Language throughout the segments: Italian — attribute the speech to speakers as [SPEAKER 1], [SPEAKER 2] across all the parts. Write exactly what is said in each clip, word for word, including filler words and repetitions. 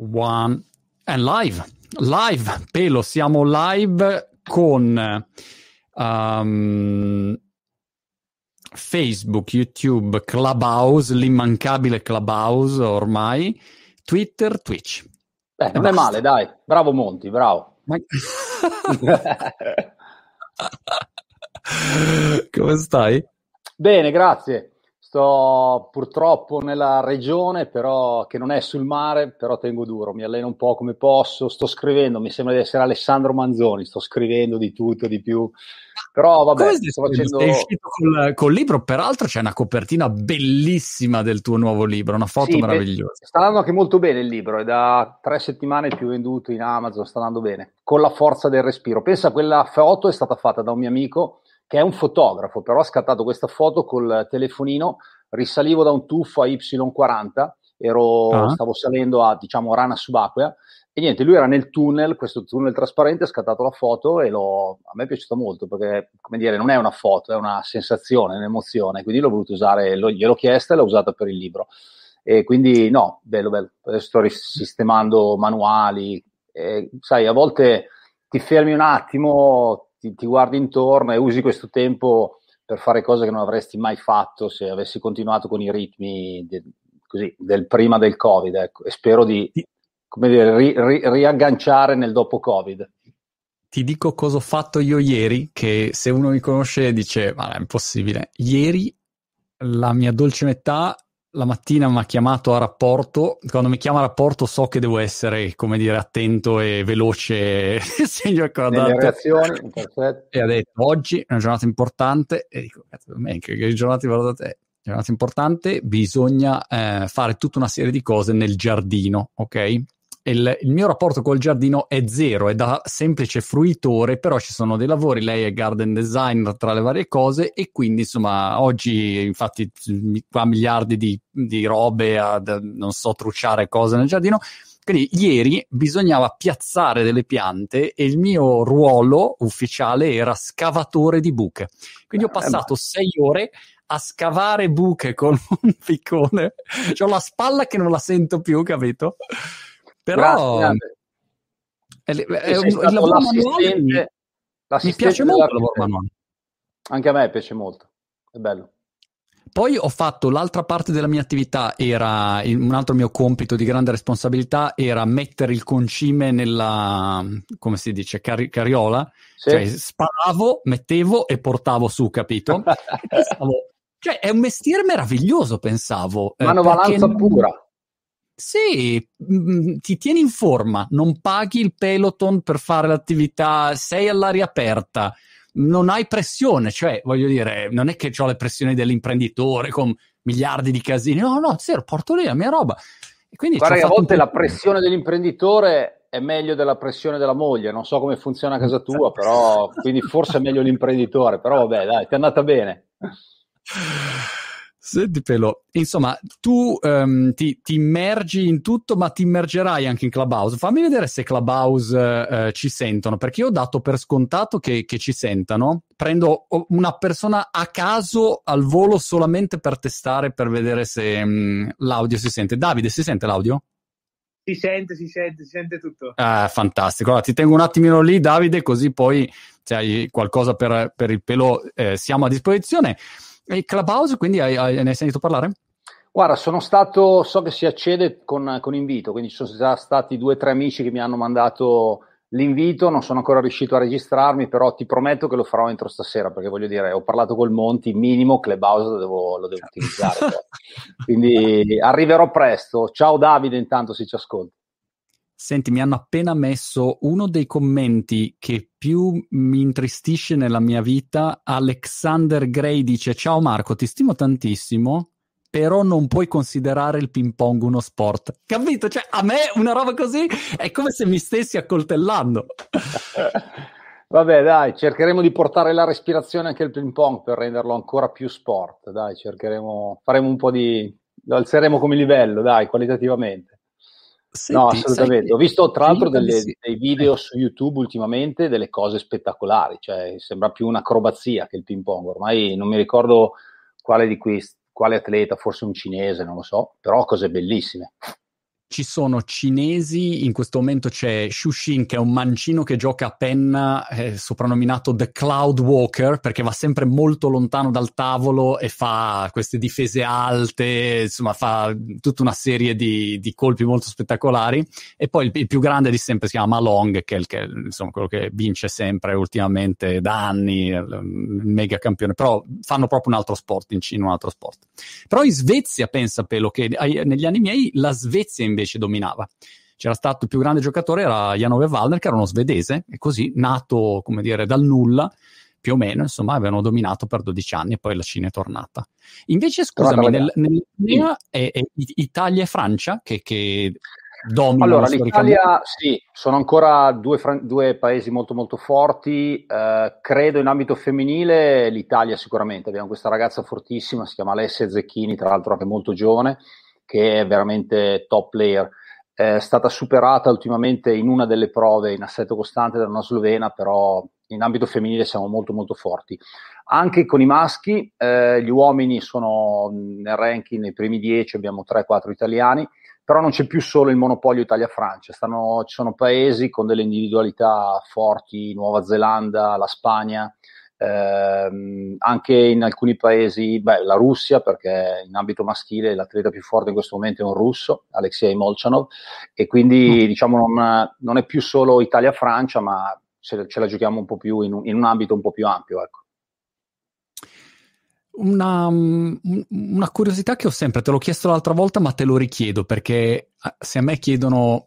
[SPEAKER 1] One and live, live, Pelo, siamo live con um, Facebook, YouTube, Clubhouse, l'immancabile Clubhouse ormai, Twitter, Twitch.
[SPEAKER 2] Beh, non è male, dai. Bravo Monti, bravo.
[SPEAKER 1] Ma... Come stai?
[SPEAKER 2] Bene, grazie. Sto purtroppo nella regione, però che non è sul mare, però tengo duro, mi alleno un po' come posso, sto scrivendo, mi sembra di essere Alessandro Manzoni, sto scrivendo di tutto, di più, però vabbè,
[SPEAKER 1] come
[SPEAKER 2] sto facendo...
[SPEAKER 1] Sei uscito col, col libro, peraltro c'è una copertina bellissima del tuo nuovo libro, una foto
[SPEAKER 2] sì,
[SPEAKER 1] meravigliosa.
[SPEAKER 2] Sta andando anche molto bene il libro, è da tre settimane il più venduto in Amazon, sta andando bene, con la forza del respiro. Pensa, quella foto è stata fatta da un mio amico, che è un fotografo, però ha scattato questa foto col telefonino, risalivo da un tuffo a Y quaranta, ero,
[SPEAKER 1] Ah.
[SPEAKER 2] stavo salendo a, diciamo, rana subacquea, e niente, lui era nel tunnel, questo tunnel trasparente, ha scattato la foto e l'ho, a me è piaciuta molto, perché, come dire, non è una foto, è una sensazione, un'emozione, quindi l'ho voluto usare, l'ho, gliel'ho chiesta e l'ho usata per il libro. E quindi, no, bello, bello. Adesso sto risistemando manuali, e, sai, a volte ti fermi un attimo, Ti, ti guardi intorno e usi questo tempo per fare cose che non avresti mai fatto se avessi continuato con i ritmi de, così, del prima del Covid, ecco. E spero di, come dire, ri, ri, riagganciare nel dopo Covid.
[SPEAKER 1] Ti dico cosa ho fatto io ieri, che se uno mi conosce dice ma è impossibile. Ieri la mia dolce metà la mattina mi ha chiamato a rapporto. Quando mi chiama a rapporto so che devo essere, come dire, attento e veloce segno
[SPEAKER 2] nelle reazioni, perfetto.
[SPEAKER 1] E ha detto oggi è una giornata importante e dico che, che giornata è giornata importante, bisogna eh, fare tutta una serie di cose nel giardino, ok? Il, il mio rapporto col giardino è zero, è da semplice fruitore, però ci sono dei lavori, lei è garden designer tra le varie cose e quindi insomma oggi infatti qua miliardi di, di robe a, non so, truciare cose nel giardino, quindi ieri bisognava piazzare delle piante e il mio ruolo ufficiale era scavatore di buche, quindi ho passato sei ore a scavare buche con un piccone, c'ho la spalla che non la sento più, capito? Però
[SPEAKER 2] grazie,
[SPEAKER 1] è, è, è un, il lavoro manuale mi, mi piace molto il lavoro manuale.
[SPEAKER 2] Anche a me piace molto, è bello.
[SPEAKER 1] Poi ho fatto l'altra parte della mia attività, era un altro mio compito di grande responsabilità, era mettere il concime nella, come si dice, cari- carriola, sì. Cioè sparavo, mettevo e portavo su, capito? E pensavo, cioè è un mestiere meraviglioso, pensavo.
[SPEAKER 2] Manovalanza
[SPEAKER 1] eh,
[SPEAKER 2] pura.
[SPEAKER 1] Sì, mh, ti tieni in forma, non paghi il peloton per fare l'attività, sei all'aria aperta, non hai pressione, cioè voglio dire, non è che ho le pressioni dell'imprenditore con miliardi di casini, no, no, zero, porto lì la mia roba. E quindi
[SPEAKER 2] guarda che a volte la pressione dell'imprenditore è meglio della pressione della moglie, non so come funziona a casa tua, però quindi forse è meglio l'imprenditore, però vabbè, dai, ti è andata bene.
[SPEAKER 1] Senti Pelo, insomma, tu um, ti, ti immergi in tutto, ma ti immergerai anche in Clubhouse. Fammi vedere se Clubhouse uh, ci sentono, perché io ho dato per scontato che, che ci sentano. Prendo una persona a caso al volo solamente per testare, per vedere se um, l'audio si sente. Davide, si sente l'audio?
[SPEAKER 3] Si sente, si sente, si sente tutto.
[SPEAKER 1] Ah, fantastico. Allora, ti tengo un attimino lì, Davide, così poi se hai qualcosa per, per il Pelo eh, siamo a disposizione. E Clubhouse, quindi hai, hai, ne hai sentito parlare?
[SPEAKER 2] Guarda, sono stato, so che si accede con, con invito, quindi ci sono già stati due o tre amici che mi hanno mandato l'invito, non sono ancora riuscito a registrarmi, però ti prometto che lo farò entro stasera, perché voglio dire, ho parlato col Monti, minimo Clubhouse lo devo, lo devo utilizzare. Quindi arriverò presto. Ciao Davide, intanto se ci ascolti.
[SPEAKER 1] Senti, mi hanno appena messo uno dei commenti che più mi intristisce nella mia vita. Alexander Gray dice: ciao Marco, ti stimo tantissimo, però non puoi considerare il ping pong uno sport. Capito? Cioè, a me una roba così è come se mi stessi accoltellando.
[SPEAKER 2] Vabbè, dai, cercheremo di portare la respirazione anche al ping pong per renderlo ancora più sport. Dai, cercheremo, faremo un po' di... lo alzeremo come livello, dai, qualitativamente. Senti, no, assolutamente. Ho visto tra l'altro delle, sì. dei video su YouTube ultimamente, delle cose spettacolari, cioè sembra più un'acrobazia che il ping pong. Ormai non mi ricordo quale di questi, quale atleta, forse un cinese, non lo so, però cose bellissime.
[SPEAKER 1] ci sono cinesi, in questo momento c'è Xu Xin, che è un mancino che gioca a penna, eh, soprannominato The Cloud Walker, perché va sempre molto lontano dal tavolo e fa queste difese alte, insomma fa tutta una serie di, di colpi molto spettacolari. E poi il, il più grande di sempre si chiama Ma Long, che è, il, che è insomma, quello che vince sempre ultimamente da anni, il, il mega campione, però fanno proprio un altro sport in Cina, un altro sport. Però in Svezia, pensa Pelo, che negli anni miei la Svezia invece dominava. C'era stato il più grande giocatore, era Jan-Ove Waldner, che era uno svedese, e così, nato, come dire, dal nulla, più o meno, insomma, avevano dominato per dodici anni e poi la Cina è tornata. Invece, scusami, nel, nel, nel, è, è Italia e Francia che, che dominano
[SPEAKER 2] allora,
[SPEAKER 1] storicamente?
[SPEAKER 2] l'Italia, sì, sono ancora due, due paesi molto molto forti. Eh, credo in ambito femminile l'Italia sicuramente. Abbiamo questa ragazza fortissima, si chiama Alessia Zecchini, tra l'altro anche molto giovane, che è veramente top player. È stata superata ultimamente in una delle prove in assetto costante da una slovena, però in ambito femminile siamo molto molto forti. Anche con i maschi, eh, gli uomini sono nel ranking nei primi dieci, abbiamo tre quattro italiani, però non c'è più solo il monopolio Italia-Francia, stanno, ci sono paesi con delle individualità forti, Nuova Zelanda, la Spagna, Eh, anche in alcuni paesi, beh, la Russia, perché in ambito maschile l'atleta più forte in questo momento è un russo, Alexei Molchanov, e quindi diciamo non, non è più solo Italia-Francia, ma ce, ce la giochiamo un po' più in un, in un ambito un po' più ampio, ecco.
[SPEAKER 1] Una, una curiosità che ho sempre, te l'ho chiesto l'altra volta ma te lo richiedo, perché se a me chiedono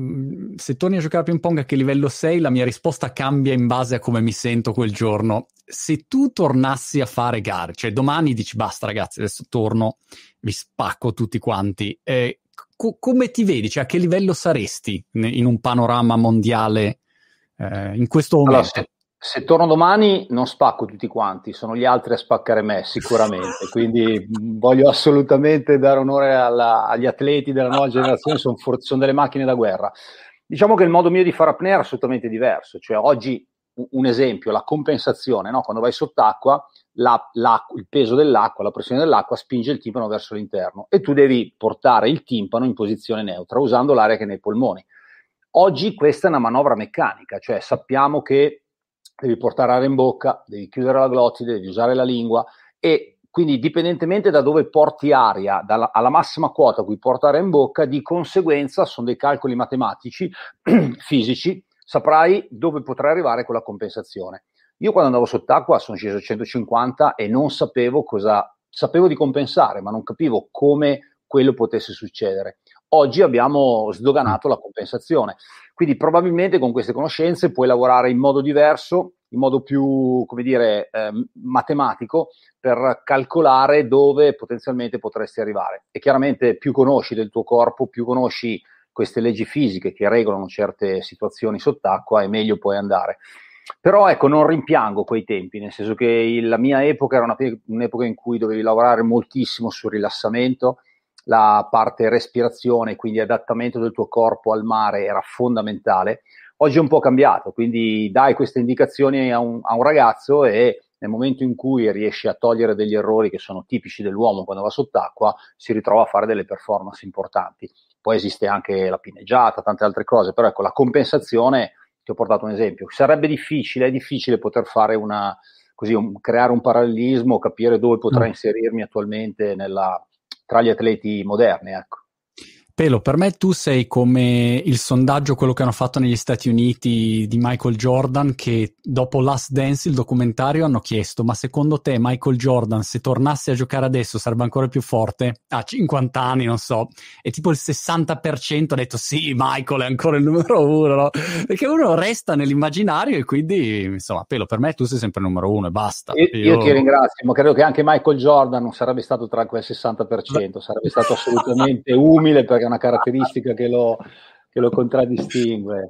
[SPEAKER 1] se torni a giocare a ping pong a che livello sei, la mia risposta cambia in base a come mi sento quel giorno. Se tu tornassi a fare gare, cioè domani dici basta ragazzi, adesso torno, vi spacco tutti quanti, eh, co- come ti vedi? Cioè a che livello saresti in un panorama mondiale eh, in questo momento?
[SPEAKER 2] Allora, se, se torno domani non spacco tutti quanti, sono gli altri a spaccare me sicuramente, quindi voglio assolutamente dare onore alla, agli atleti della nuova generazione, sono, for- sono delle macchine da guerra. Diciamo che il modo mio di fare apnea era assolutamente diverso, cioè oggi un esempio, la compensazione, no? Quando vai sott'acqua, la, il peso dell'acqua, la pressione dell'acqua spinge il timpano verso l'interno e tu devi portare il timpano in posizione neutra usando l'aria che è nei polmoni. Oggi questa è una manovra meccanica, cioè sappiamo che devi portare aria in bocca, devi chiudere la glottide, devi usare la lingua e quindi dipendentemente da dove porti aria, dalla, alla massima quota a cui porti aria in bocca, di conseguenza sono dei calcoli matematici, fisici, saprai dove potrai arrivare con la compensazione. Io quando andavo sott'acqua sono sceso a centocinquanta e non sapevo cosa, sapevo di compensare, ma non capivo come quello potesse succedere. Oggi abbiamo sdoganato la compensazione, quindi probabilmente con queste conoscenze puoi lavorare in modo diverso, in modo più, come dire, eh, matematico, per calcolare dove potenzialmente potresti arrivare. E chiaramente più conosci del tuo corpo, più conosci queste leggi fisiche che regolano certe situazioni sott'acqua e meglio puoi andare. Però ecco, non rimpiango quei tempi, nel senso che il, la mia epoca era una, un'epoca in cui dovevi lavorare moltissimo sul rilassamento, la parte respirazione, quindi adattamento del tuo corpo al mare era fondamentale. Oggi è un po' cambiato, quindi dai queste indicazioni a un, a un ragazzo e nel momento in cui riesci a togliere degli errori che sono tipici dell'uomo quando va sott'acqua, si ritrova a fare delle performance importanti. Poi esiste anche la pineggiata, tante altre cose, però ecco, la compensazione, ti ho portato un esempio, sarebbe difficile, è difficile poter fare una, così, un, creare un parallelismo, capire dove potrei inserirmi attualmente nella, tra gli atleti moderni, ecco.
[SPEAKER 1] Pelo, per me tu sei come il sondaggio, quello che hanno fatto negli Stati Uniti di Michael Jordan, che dopo Last Dance, il documentario, hanno chiesto: ma secondo te Michael Jordan, se tornasse a giocare adesso, sarebbe ancora più forte? A cinquanta anni, non so. E tipo il sessanta per cento ha detto sì, Michael è ancora il numero uno, no? Perché uno resta nell'immaginario e quindi, insomma, Pelo, per me tu sei sempre il numero uno e basta.
[SPEAKER 2] Io,
[SPEAKER 1] io...
[SPEAKER 2] io ti ringrazio, ma credo che anche Michael Jordan non sarebbe stato tra quel sessanta per cento, sarebbe stato assolutamente umile, perché è una caratteristica che lo, che lo contraddistingue.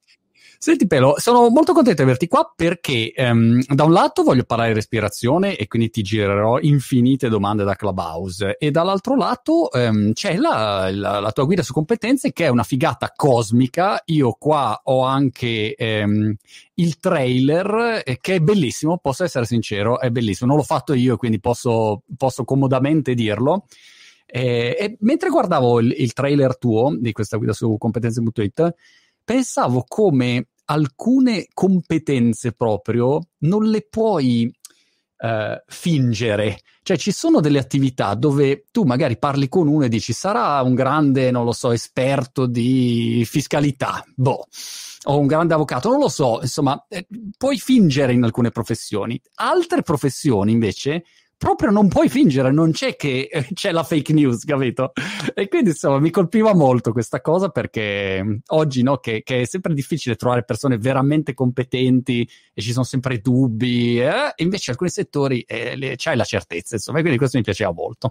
[SPEAKER 1] Senti Pelo, sono molto contento di averti qua perché um, da un lato voglio parlare di respirazione e quindi ti girerò infinite domande da Clubhouse e dall'altro lato um, c'è la, la, la tua guida su competenze che è una figata cosmica. Io qua ho anche um, il trailer eh, che è bellissimo, posso essere sincero, è bellissimo, non l'ho fatto io quindi posso, posso comodamente dirlo. E, e mentre guardavo il, il trailer tuo di questa guida su competenze punto it, pensavo come alcune competenze proprio non le puoi uh, fingere. Cioè ci sono delle attività dove tu magari parli con uno e dici sarà un grande, non lo so, esperto di fiscalità, boh, o un grande avvocato, non lo so, insomma, eh, puoi fingere in alcune professioni. Altre professioni invece proprio non puoi fingere, non c'è che eh, c'è la fake news, capito? E quindi insomma mi colpiva molto questa cosa, perché mh, oggi no, che, che è sempre difficile trovare persone veramente competenti e ci sono sempre dubbi, eh? E invece in alcuni settori eh, le, c'hai la certezza, insomma, e quindi questo mi piaceva molto.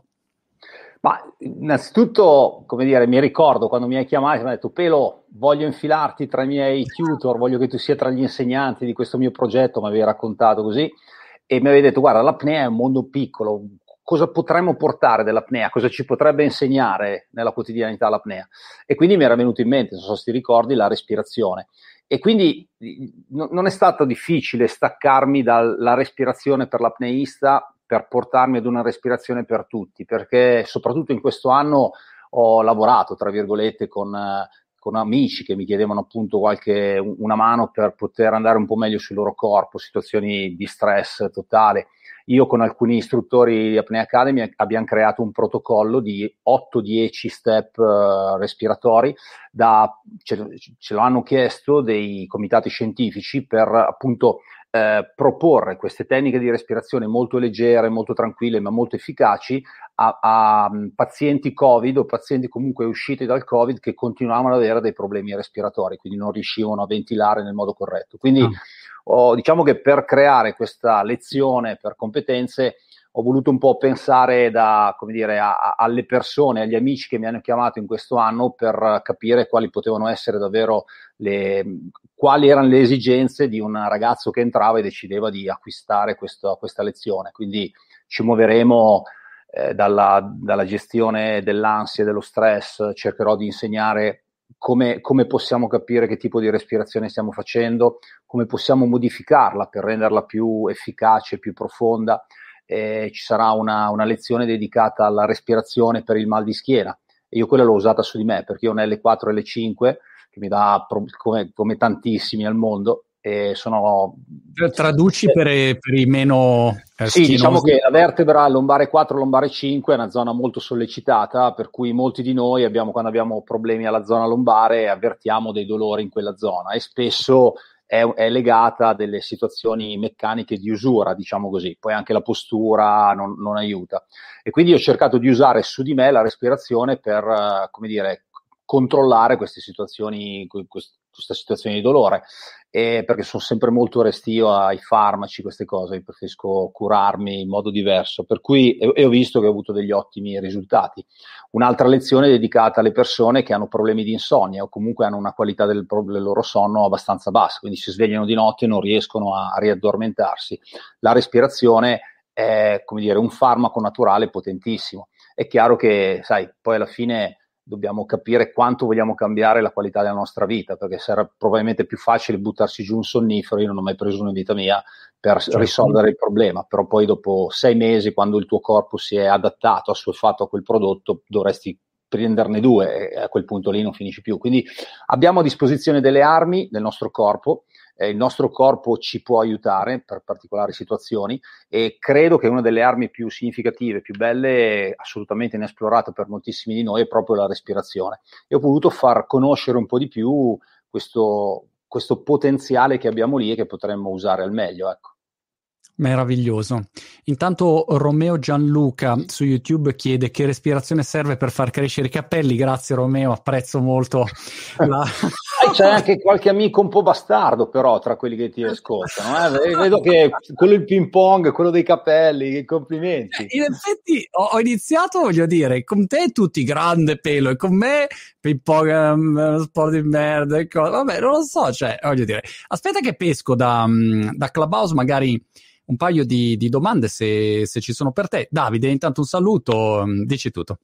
[SPEAKER 2] Ma innanzitutto, come dire, mi ricordo quando mi hai chiamato e mi hai detto Pelo, voglio infilarti tra i miei tutor, voglio che tu sia tra gli insegnanti di questo mio progetto, mi avevi raccontato così, e mi avevi detto guarda, l'apnea è un mondo piccolo, cosa potremmo portare dell'apnea, cosa ci potrebbe insegnare nella quotidianità l'apnea? E quindi mi era venuto in mente, non so se ti ricordi, la respirazione. E quindi no, non è stato difficile staccarmi dalla respirazione per l'apneista per portarmi ad una respirazione per tutti, perché soprattutto in questo anno ho lavorato, tra virgolette, con, con amici che mi chiedevano appunto qualche, una mano per poter andare un po' meglio sul loro corpo, situazioni di stress totale. Io con alcuni istruttori di Apnea Academy abbiamo creato un protocollo di otto dieci step uh, respiratori, da, ce, ce lo hanno chiesto dei comitati scientifici per appunto eh, proporre queste tecniche di respirazione molto leggere, molto tranquille ma molto efficaci a, a pazienti Covid o pazienti comunque usciti dal Covid che continuavano ad avere dei problemi respiratori, quindi non riuscivano a ventilare nel modo corretto. Quindi oh. Ho, diciamo che per creare questa lezione per competenze ho voluto un po' pensare da, come dire, a, a, alle persone, agli amici che mi hanno chiamato in questo anno per capire quali potevano essere davvero le, quali erano le esigenze di un ragazzo che entrava e decideva di acquistare questo, questa lezione. Quindi ci muoveremo eh, dalla, dalla gestione dell'ansia e dello stress, cercherò di insegnare Come, come possiamo capire che tipo di respirazione stiamo facendo, come possiamo modificarla per renderla più efficace, più profonda. Eh, ci sarà una, una lezione dedicata alla respirazione per il mal di schiena. E io quella l'ho usata su di me, perché io ho un L quattro L cinque, che mi dà pro- come, come tantissimi al mondo, e sono...
[SPEAKER 1] Traduci per, per i meno eh,
[SPEAKER 2] Sì,
[SPEAKER 1] schienosi.
[SPEAKER 2] diciamo che la vertebra lombare quattro, lombare cinque è una zona molto sollecitata, per cui molti di noi abbiamo, quando abbiamo problemi alla zona lombare, avvertiamo dei dolori in quella zona e spesso è, è legata a delle situazioni meccaniche di usura, diciamo così. Poi anche la postura non, non aiuta. E quindi ho cercato di usare su di me la respirazione per, uh, come dire, controllare queste situazioni, questa situazione di dolore, e perché sono sempre molto restio ai farmaci, queste cose, preferisco curarmi in modo diverso, per cui e, e ho visto che ho avuto degli ottimi risultati. Un'altra lezione dedicata alle persone che hanno problemi di insonnia o comunque hanno una qualità del, del loro sonno abbastanza bassa, quindi si svegliano di notte e non riescono a, a riaddormentarsi. La respirazione è, come dire, un farmaco naturale potentissimo. È chiaro che, sai, poi alla fine dobbiamo capire quanto vogliamo cambiare la qualità della nostra vita, perché sarà probabilmente più facile buttarsi giù un sonnifero, io non ho mai preso una in vita mia, per certo. risolvere il problema, però poi dopo sei mesi, quando il tuo corpo si è adattato, assuefatto a quel prodotto, dovresti prenderne due e a quel punto lì non finisci più. Quindi abbiamo a disposizione delle armi nel nostro corpo, eh, il nostro corpo ci può aiutare per particolari situazioni e credo che una delle armi più significative, più belle, assolutamente inesplorata per moltissimi di noi, è proprio la respirazione. E ho voluto far conoscere un po' di più questo, questo potenziale che abbiamo lì e che potremmo usare al meglio, ecco.
[SPEAKER 1] Meraviglioso. Intanto Romeo Gianluca su YouTube chiede che respirazione serve per far crescere i capelli. Grazie Romeo, apprezzo molto la...
[SPEAKER 2] C'è anche qualche amico un po' bastardo però tra quelli che ti ascoltano, eh? Vedo che quello il ping pong, quello dei capelli, complimenti.
[SPEAKER 1] In effetti ho, ho iniziato, voglio dire, con te tutti grande pelo e con me ping pong è uno sport di merda e cose. Vabbè, non lo so, cioè, voglio dire, aspetta che pesco da, da Clubhouse magari un paio di, di domande se, se ci sono per te. Davide, intanto un saluto, dici tutto.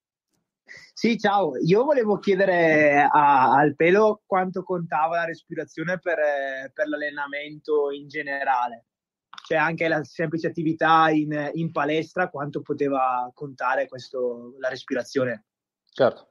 [SPEAKER 3] Sì, ciao. Io volevo chiedere a, al Pelo quanto contava la respirazione per, per l'allenamento in generale. cioè anche la semplice attività in, in palestra, quanto poteva contare questo, la respirazione.
[SPEAKER 2] Certo.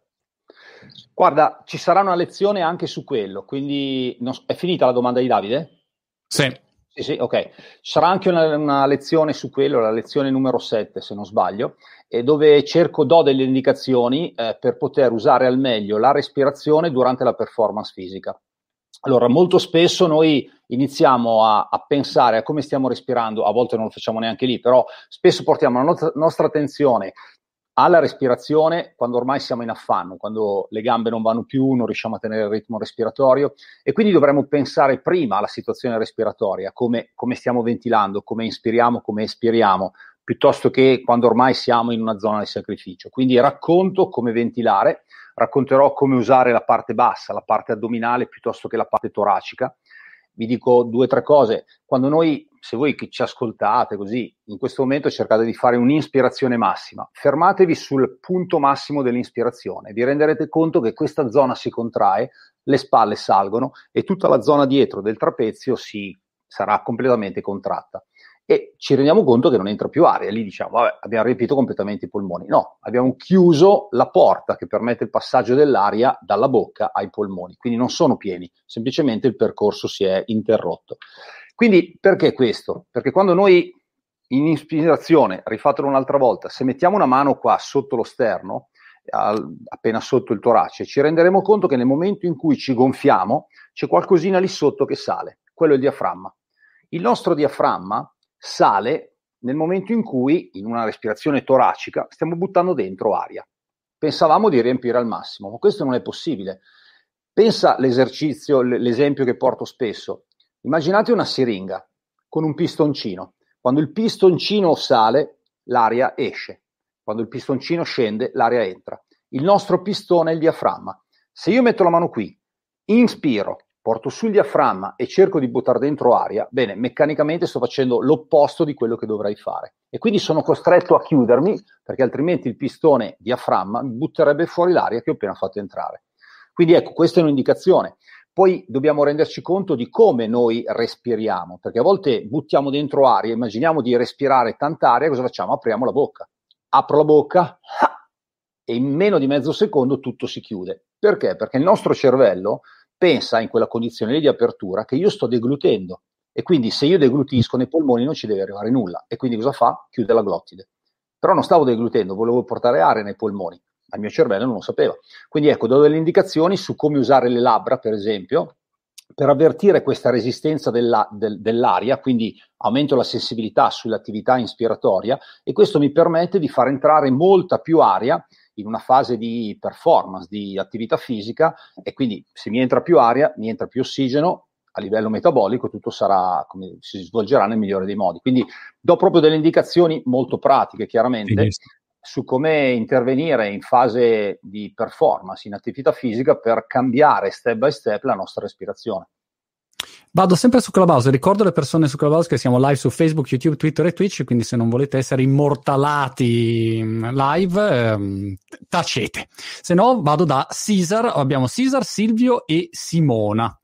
[SPEAKER 2] Guarda, ci sarà una lezione anche su quello, quindi non, è finita la domanda di Davide?
[SPEAKER 1] Sì.
[SPEAKER 2] Sì, sì, ok. Ci sarà anche una, una lezione su quello, la lezione numero sette, se non sbaglio, e dove cerco, do delle indicazioni eh, per poter usare al meglio la respirazione durante la performance fisica. Allora, molto spesso noi iniziamo a, a pensare a come stiamo respirando, a volte non lo facciamo neanche lì, però spesso portiamo la nostra, nostra attenzione alla respirazione quando ormai siamo in affanno, quando le gambe non vanno più, non riusciamo a tenere il ritmo respiratorio, e quindi dovremmo pensare prima alla situazione respiratoria, come, come stiamo ventilando, come inspiriamo, come espiriamo, piuttosto che quando ormai siamo in una zona di sacrificio. Quindi racconto come ventilare, racconterò come usare la parte bassa, la parte addominale piuttosto che la parte toracica. Vi dico due o tre cose. Quando noi, se voi che ci ascoltate così, in questo momento cercate di fare un'ispirazione massima, fermatevi sul punto massimo dell'inspirazione, vi renderete conto che questa zona si contrae, le spalle salgono e tutta la zona dietro del trapezio si sarà completamente contratta. E ci rendiamo conto che non entra più aria, lì diciamo, vabbè, abbiamo riempito completamente i polmoni. No, abbiamo chiuso la porta che permette il passaggio dell'aria dalla bocca ai polmoni, quindi non sono pieni, semplicemente il percorso si è interrotto. Quindi perché questo? Perché quando noi in ispirazione, rifatelo un'altra volta, se mettiamo una mano qua sotto lo sterno, al, appena sotto il torace, ci renderemo conto che nel momento in cui ci gonfiamo c'è qualcosina lì sotto che sale, quello è il diaframma. Il nostro diaframma sale nel momento in cui, in una respirazione toracica, stiamo buttando dentro aria. Pensavamo di riempire al massimo, ma questo non è possibile. Pensa all'esercizio, l'esempio che porto spesso. Immaginate una siringa con un pistoncino. Quando il pistoncino sale, l'aria esce. Quando il pistoncino scende, l'aria entra. Il nostro pistone è il diaframma. Se io metto la mano qui, inspiro, porto sul diaframma e cerco di buttare dentro aria, bene, meccanicamente sto facendo l'opposto di quello che dovrei fare. E quindi sono costretto a chiudermi, perché altrimenti il pistone diaframma butterebbe fuori l'aria che ho appena fatto entrare. Quindi ecco, questa è un'indicazione. Poi dobbiamo renderci conto di come noi respiriamo, perché a volte buttiamo dentro aria, immaginiamo di respirare tanta aria, cosa facciamo? Apriamo la bocca. Apro la bocca e in meno di mezzo secondo tutto si chiude. Perché? Perché il nostro cervello pensa in quella condizione lì di apertura che io sto deglutendo e quindi se io deglutisco nei polmoni non ci deve arrivare nulla e quindi cosa fa? Chiude la glottide. Però non stavo deglutendo, volevo portare aria nei polmoni, ma il mio cervello non lo sapeva. Quindi ecco, do delle indicazioni su come usare le labbra, per esempio, per avvertire questa resistenza della, del, dell'aria, quindi aumento la sensibilità sull'attività inspiratoria e questo mi permette di far entrare molta più aria in una fase di performance, di attività fisica, e quindi se mi entra più aria, mi entra più ossigeno, a livello metabolico tutto sarà, come si svolgerà nel migliore dei modi. Quindi do proprio delle indicazioni molto pratiche, chiaramente, sì, su come intervenire in fase di performance, in attività fisica, per cambiare step by step la nostra respirazione.
[SPEAKER 1] Vado sempre su Clubhouse, ricordo le persone su Clubhouse che siamo live su Facebook, YouTube, Twitter e Twitch, quindi se non volete essere immortalati live, ehm, tacete. Se no vado da Cesar, abbiamo Cesar, Silvio e Simona.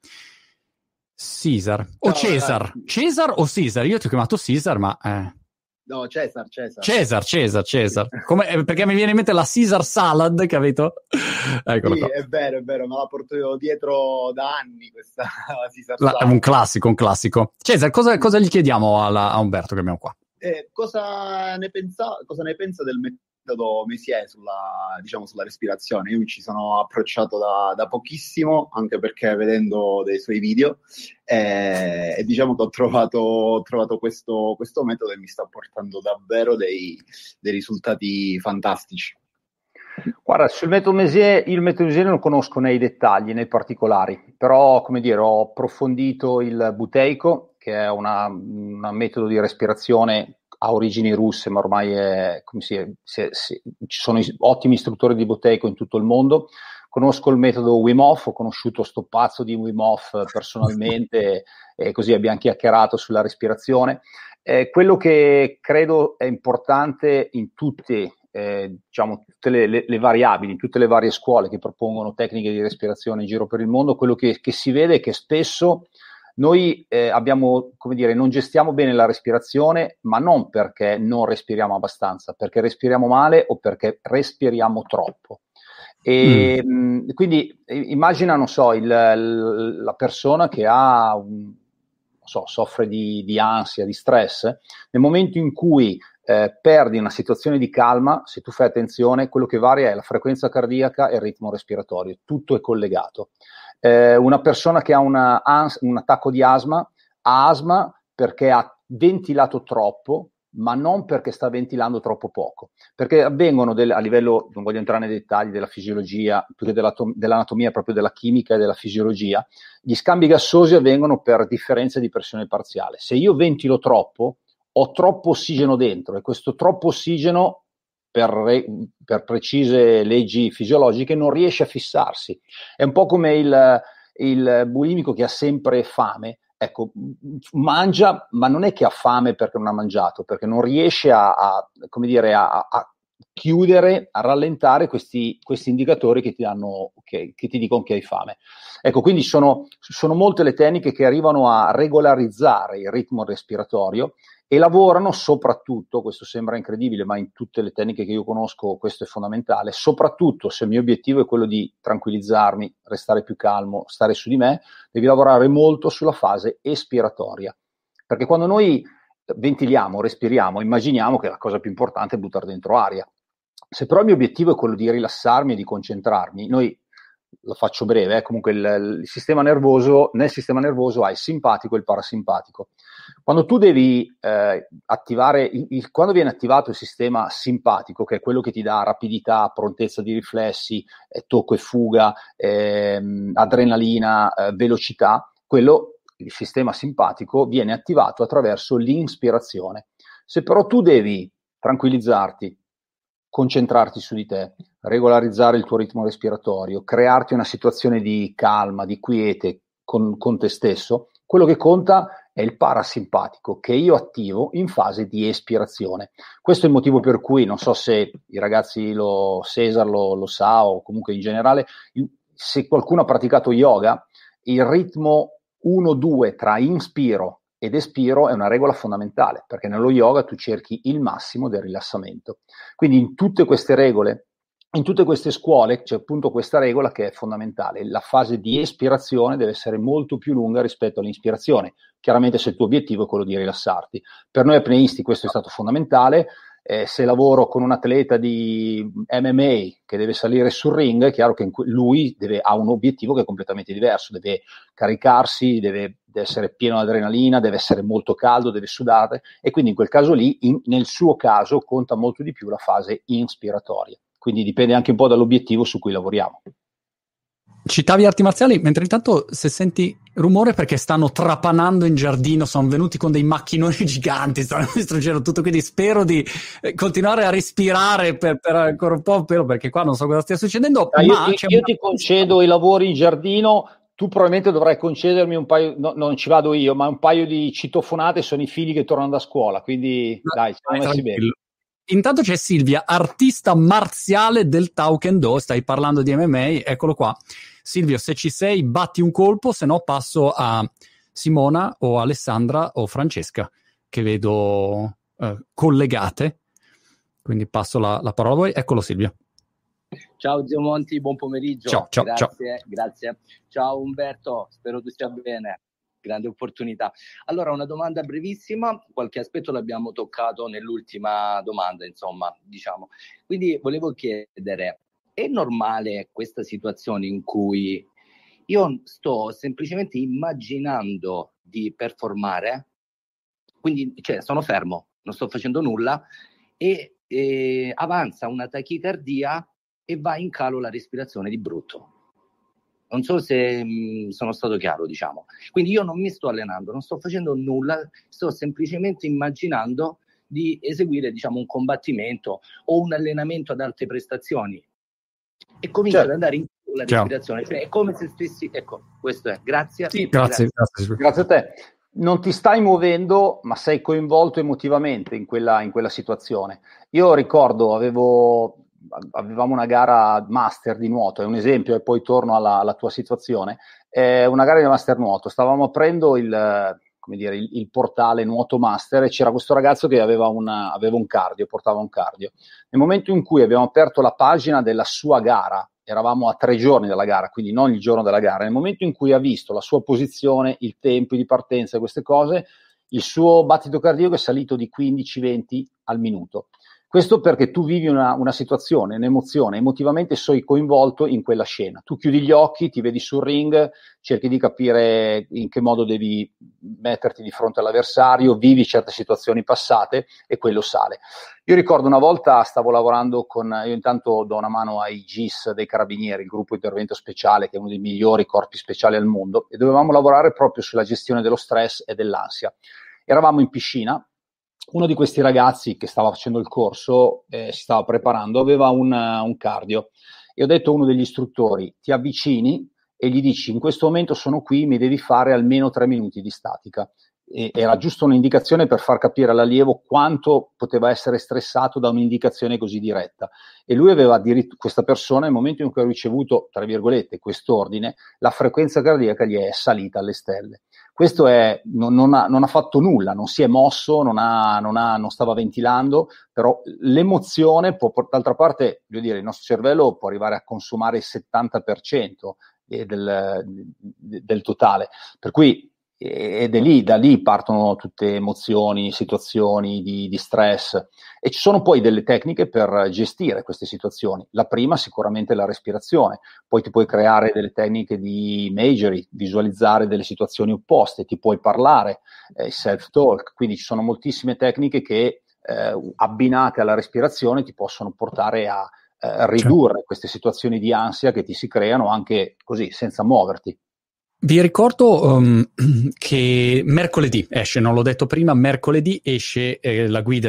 [SPEAKER 1] Cesar o no, Cesar? Dai. Cesar o Cesar? Io ti ho chiamato Cesar, ma... Eh.
[SPEAKER 4] No, Cesar, Cesar.
[SPEAKER 1] Cesar, Cesar, Cesar. Come, perché mi viene in mente la Caesar salad, capito? Eccolo
[SPEAKER 4] sì,
[SPEAKER 1] qua.
[SPEAKER 4] È vero, è vero, me la porto dietro da anni questa Caesar
[SPEAKER 1] la,
[SPEAKER 4] salad.
[SPEAKER 1] È un classico, un classico. Cesar, cosa, cosa gli chiediamo alla, a Umberto che abbiamo qua?
[SPEAKER 4] Eh, cosa, ne pensa, cosa ne pensa del metodo Messier sulla, diciamo, sulla respirazione? Io mi ci sono approcciato da, da pochissimo, anche perché vedendo dei suoi video, eh, e diciamo che ho trovato, ho trovato questo, questo metodo e mi sta portando davvero dei, dei risultati fantastici.
[SPEAKER 2] Guarda, sul metodo Messier, io il metodo Messier non lo conosco nei dettagli, nei particolari, però, come dire, ho approfondito il buteico, che è una, un metodo di respirazione a origini russe, ma ormai è, come si è, si è, si, ci sono ottimi istruttori di buteico in tutto il mondo. Conosco il metodo Wim Hof, ho conosciuto sto pazzo di Wim Hof personalmente e così abbiamo chiacchierato sulla respirazione. Eh, quello che credo è importante in tutte, eh, diciamo, tutte le, le, le variabili, in tutte le varie scuole che propongono tecniche di respirazione in giro per il mondo, quello che, che si vede è che spesso Noi eh, abbiamo, come dire, non gestiamo bene la respirazione, ma non perché non respiriamo abbastanza, perché respiriamo male o perché respiriamo troppo. E mm. mh, quindi immagina, non so, il, il, la persona che ha un, non so, soffre di, di ansia, di stress, nel momento in cui eh, perdi una situazione di calma, se tu fai attenzione, quello che varia è la frequenza cardiaca e il ritmo respiratorio, tutto è collegato. Eh, una persona che ha una, un attacco di asma ha asma perché ha ventilato troppo, ma non perché sta ventilando troppo poco, perché avvengono del, a livello, non voglio entrare nei dettagli della fisiologia, più che dell'anatomia, proprio della chimica e della fisiologia, gli scambi gassosi avvengono per differenza di pressione parziale. Se io ventilo troppo, ho troppo ossigeno dentro, e questo troppo ossigeno, per, re, per precise leggi fisiologiche, non riesce a fissarsi. È un po' come il, il bulimico che ha sempre fame. Ecco, mangia, ma non è che ha fame perché non ha mangiato, perché non riesce a, a come dire, a, a chiudere, a rallentare questi, questi indicatori che ti danno, che, che ti dicono che hai fame. Ecco, quindi sono, sono molte le tecniche che arrivano a regolarizzare il ritmo respiratorio e lavorano soprattutto, questo sembra incredibile, ma in tutte le tecniche che io conosco questo è fondamentale, soprattutto se il mio obiettivo è quello di tranquillizzarmi, restare più calmo, stare su di me, devi lavorare molto sulla fase espiratoria, perché quando noi ventiliamo, respiriamo, immaginiamo che la cosa più importante è buttare dentro aria. Se però il mio obiettivo è quello di rilassarmi e di concentrarmi, noi, lo faccio breve, eh, comunque il, il sistema nervoso, nel sistema nervoso hai il simpatico e il parasimpatico. Quando tu devi eh, attivare, il, il, quando viene attivato il sistema simpatico, che è quello che ti dà rapidità, prontezza di riflessi, eh, tocco e fuga, eh, adrenalina, eh, velocità, quello, il sistema simpatico, viene attivato attraverso l'inspirazione. Se però tu devi tranquillizzarti, concentrarti su di te, regolarizzare il tuo ritmo respiratorio, crearti una situazione di calma, di quiete con, con te stesso, quello che conta è il parasimpatico che io attivo in fase di espirazione. Questo è il motivo per cui, non so se i ragazzi, lo, Cesar lo, lo sa o comunque in generale, se qualcuno ha praticato yoga, il ritmo uno due tra inspiro ed espiro è una regola fondamentale, perché nello yoga tu cerchi il massimo del rilassamento. Quindi in tutte queste regole, in tutte queste scuole c'è appunto questa regola che è fondamentale. La fase di espirazione deve essere molto più lunga rispetto all'inspirazione, chiaramente se il tuo obiettivo è quello di rilassarti. Per noi apneisti questo è stato fondamentale. Eh, se lavoro con un atleta di M M A che deve salire sul ring, è chiaro che lui deve, ha un obiettivo che è completamente diverso, deve caricarsi, deve, deve essere pieno di adrenalina, deve essere molto caldo, deve sudare, e quindi in quel caso lì, in, nel suo caso, conta molto di più la fase inspiratoria. Quindi dipende anche un po' dall'obiettivo su cui lavoriamo.
[SPEAKER 1] Citavi arti marziali, mentre intanto se senti rumore perché stanno trapanando in giardino, sono venuti con dei macchinoni giganti, stanno distruggendo tutto, quindi spero di continuare a respirare per, per ancora un po', però, perché qua non so cosa stia succedendo.
[SPEAKER 2] Ah,
[SPEAKER 1] ma
[SPEAKER 2] io,
[SPEAKER 1] c'è
[SPEAKER 2] io
[SPEAKER 1] una...
[SPEAKER 2] ti concedo i lavori in giardino, tu probabilmente dovrai concedermi un paio, no, non ci vado io, ma un paio di citofonate, sono i figli che tornano da scuola, quindi no, dai, siamo messi bene.
[SPEAKER 1] Intanto c'è Silvia, artista marziale del Taekwondo, stai parlando di M M A, eccolo qua. Silvio, se ci sei, batti un colpo, se no passo a Simona o Alessandra o Francesca, che vedo eh, collegate. Quindi passo la, la parola a voi. Eccolo Silvio.
[SPEAKER 5] Ciao zio Monti, buon pomeriggio.
[SPEAKER 1] Ciao, ciao,
[SPEAKER 5] grazie,
[SPEAKER 1] ciao.
[SPEAKER 5] Grazie. Ciao Umberto, spero tu stia bene. Grande opportunità. Allora, una domanda brevissima, qualche aspetto l'abbiamo toccato nell'ultima domanda, insomma, diciamo. Quindi volevo chiedere, è normale questa situazione in cui io sto semplicemente immaginando di performare, quindi cioè, sono fermo, non sto facendo nulla, e, e avanza una tachicardia e va in calo la respirazione di brutto? Non so se mh, sono stato chiaro, diciamo. Quindi io non mi sto allenando, non sto facendo nulla, sto semplicemente immaginando di eseguire, diciamo, un combattimento o un allenamento ad alte prestazioni. E comincio certo. ad andare in la respirazione. Cioè, è come se stessi... Ecco, questo è. Grazie.
[SPEAKER 2] Sì, grazie, grazie. Grazie. Grazie a te. Non ti stai muovendo, ma sei coinvolto emotivamente in quella, in quella situazione. Io ricordo, avevo... avevamo una gara master di nuoto, è un esempio, e poi torno alla, alla tua situazione. eh, una gara di Master Nuoto. Stavamo aprendo il, come dire, il, il portale Nuoto Master e c'era questo ragazzo che aveva, una, aveva un cardio, portava un cardio. Nel momento in cui abbiamo aperto la pagina della sua gara, eravamo a tre giorni dalla gara, quindi non il giorno della gara, nel momento in cui ha visto la sua posizione, il tempo di partenza e queste cose, il suo battito cardiaco è salito di quindici venti al minuto. Questo perché tu vivi una, una situazione, un'emozione, emotivamente sei coinvolto in quella scena. Tu chiudi gli occhi, ti vedi sul ring, cerchi di capire in che modo devi metterti di fronte all'avversario, vivi certe situazioni passate e quello sale. Io ricordo una volta stavo lavorando con, io intanto do una mano ai G I S dei Carabinieri, il gruppo intervento speciale, che è uno dei migliori corpi speciali al mondo, e dovevamo lavorare proprio sulla gestione dello stress e dell'ansia. Eravamo in piscina. Uno di questi ragazzi che stava facendo il corso, eh, si stava preparando, aveva un, un cardio e ho detto a uno degli istruttori: ti avvicini e gli dici in questo momento sono qui, mi devi fare almeno tre minuti di statica. E era giusto un'indicazione per far capire all'allievo quanto poteva essere stressato da un'indicazione così diretta. E lui aveva addirittura, questa persona, nel momento in cui ha ricevuto, tra virgolette, quest'ordine, la frequenza cardiaca gli è salita alle stelle. Questo è, non, non, ha, non ha fatto nulla, non si è mosso, non, ha, non, ha, non stava ventilando, però l'emozione può, d'altra parte, voglio dire, il nostro cervello può arrivare a consumare il settanta per cento del, del totale, per cui ed è lì, da lì partono tutte emozioni, situazioni di, di stress, e ci sono poi delle tecniche per gestire queste situazioni. La prima sicuramente è la respirazione, poi ti puoi creare delle tecniche di imagery, visualizzare delle situazioni opposte, ti puoi parlare, eh, self-talk, quindi ci sono moltissime tecniche che eh, abbinate alla respirazione ti possono portare a eh, ridurre certo. queste situazioni di ansia che ti si creano anche così, senza muoverti.
[SPEAKER 1] Vi ricordo um, che mercoledì esce, non l'ho detto prima, mercoledì esce eh, la guida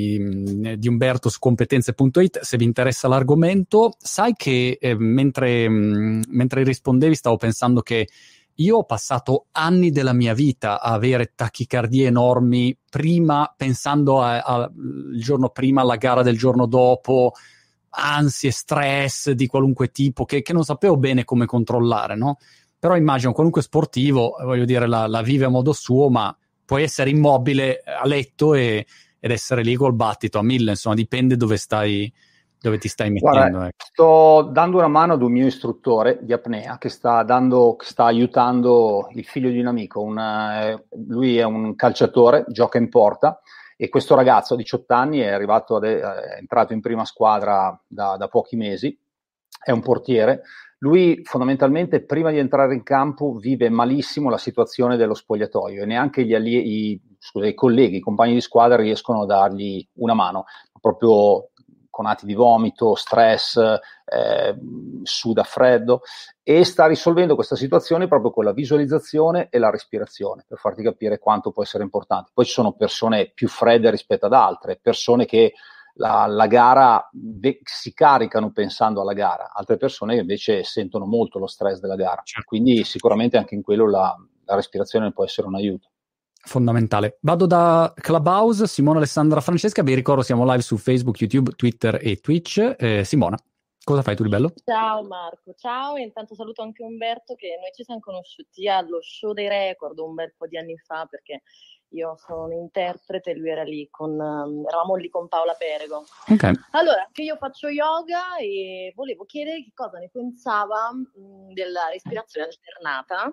[SPEAKER 1] di, di Umberto su competenze punto it, se vi interessa l'argomento. Sai che eh, mentre, mh, mentre rispondevi stavo pensando che io ho passato anni della mia vita a avere tachicardie enormi, prima pensando a, a, il giorno prima alla gara del giorno dopo, ansie, stress di qualunque tipo che, che non sapevo bene come controllare, no? Però immagino qualunque sportivo, voglio dire, la, la vive a modo suo, ma puoi essere immobile a letto e, ed essere lì col battito a mille, insomma, dipende dove stai, dove ti stai mettendo.
[SPEAKER 2] Guarda, ecco. Sto dando una mano ad un mio istruttore di apnea che sta, dando, che sta aiutando il figlio di un amico. Una, lui è un calciatore, gioca in porta, e questo ragazzo a diciotto anni è arrivato, ad, è entrato in prima squadra da, da pochi mesi, è un portiere. Lui fondamentalmente prima di entrare in campo vive malissimo la situazione dello spogliatoio e neanche gli allie- i, scusa, i colleghi, i compagni di squadra riescono a dargli una mano, proprio con atti di vomito, stress, eh, suda freddo, e sta risolvendo questa situazione proprio con la visualizzazione e la respirazione, per farti capire quanto può essere importante. Poi ci sono persone più fredde rispetto ad altre, persone che La, la gara ve, si caricano pensando alla gara, altre persone che invece sentono molto lo stress della gara, quindi sicuramente anche in quello la, la respirazione può essere un aiuto
[SPEAKER 1] fondamentale. Vado da Clubhouse, Simona, Alessandra, Francesca, vi ricordo siamo live su Facebook, YouTube, Twitter e Twitch. eh, Simona, cosa fai tu di bello?
[SPEAKER 6] Ciao Marco, ciao, e intanto saluto anche Umberto, che noi ci siamo conosciuti allo show dei record un bel po' di anni fa, perché io sono un interprete e lui era lì con, um, eravamo lì con Paola Perego.
[SPEAKER 1] Okay.
[SPEAKER 6] Allora, che io faccio yoga e volevo chiedere che cosa ne pensava mh, della respirazione alternata,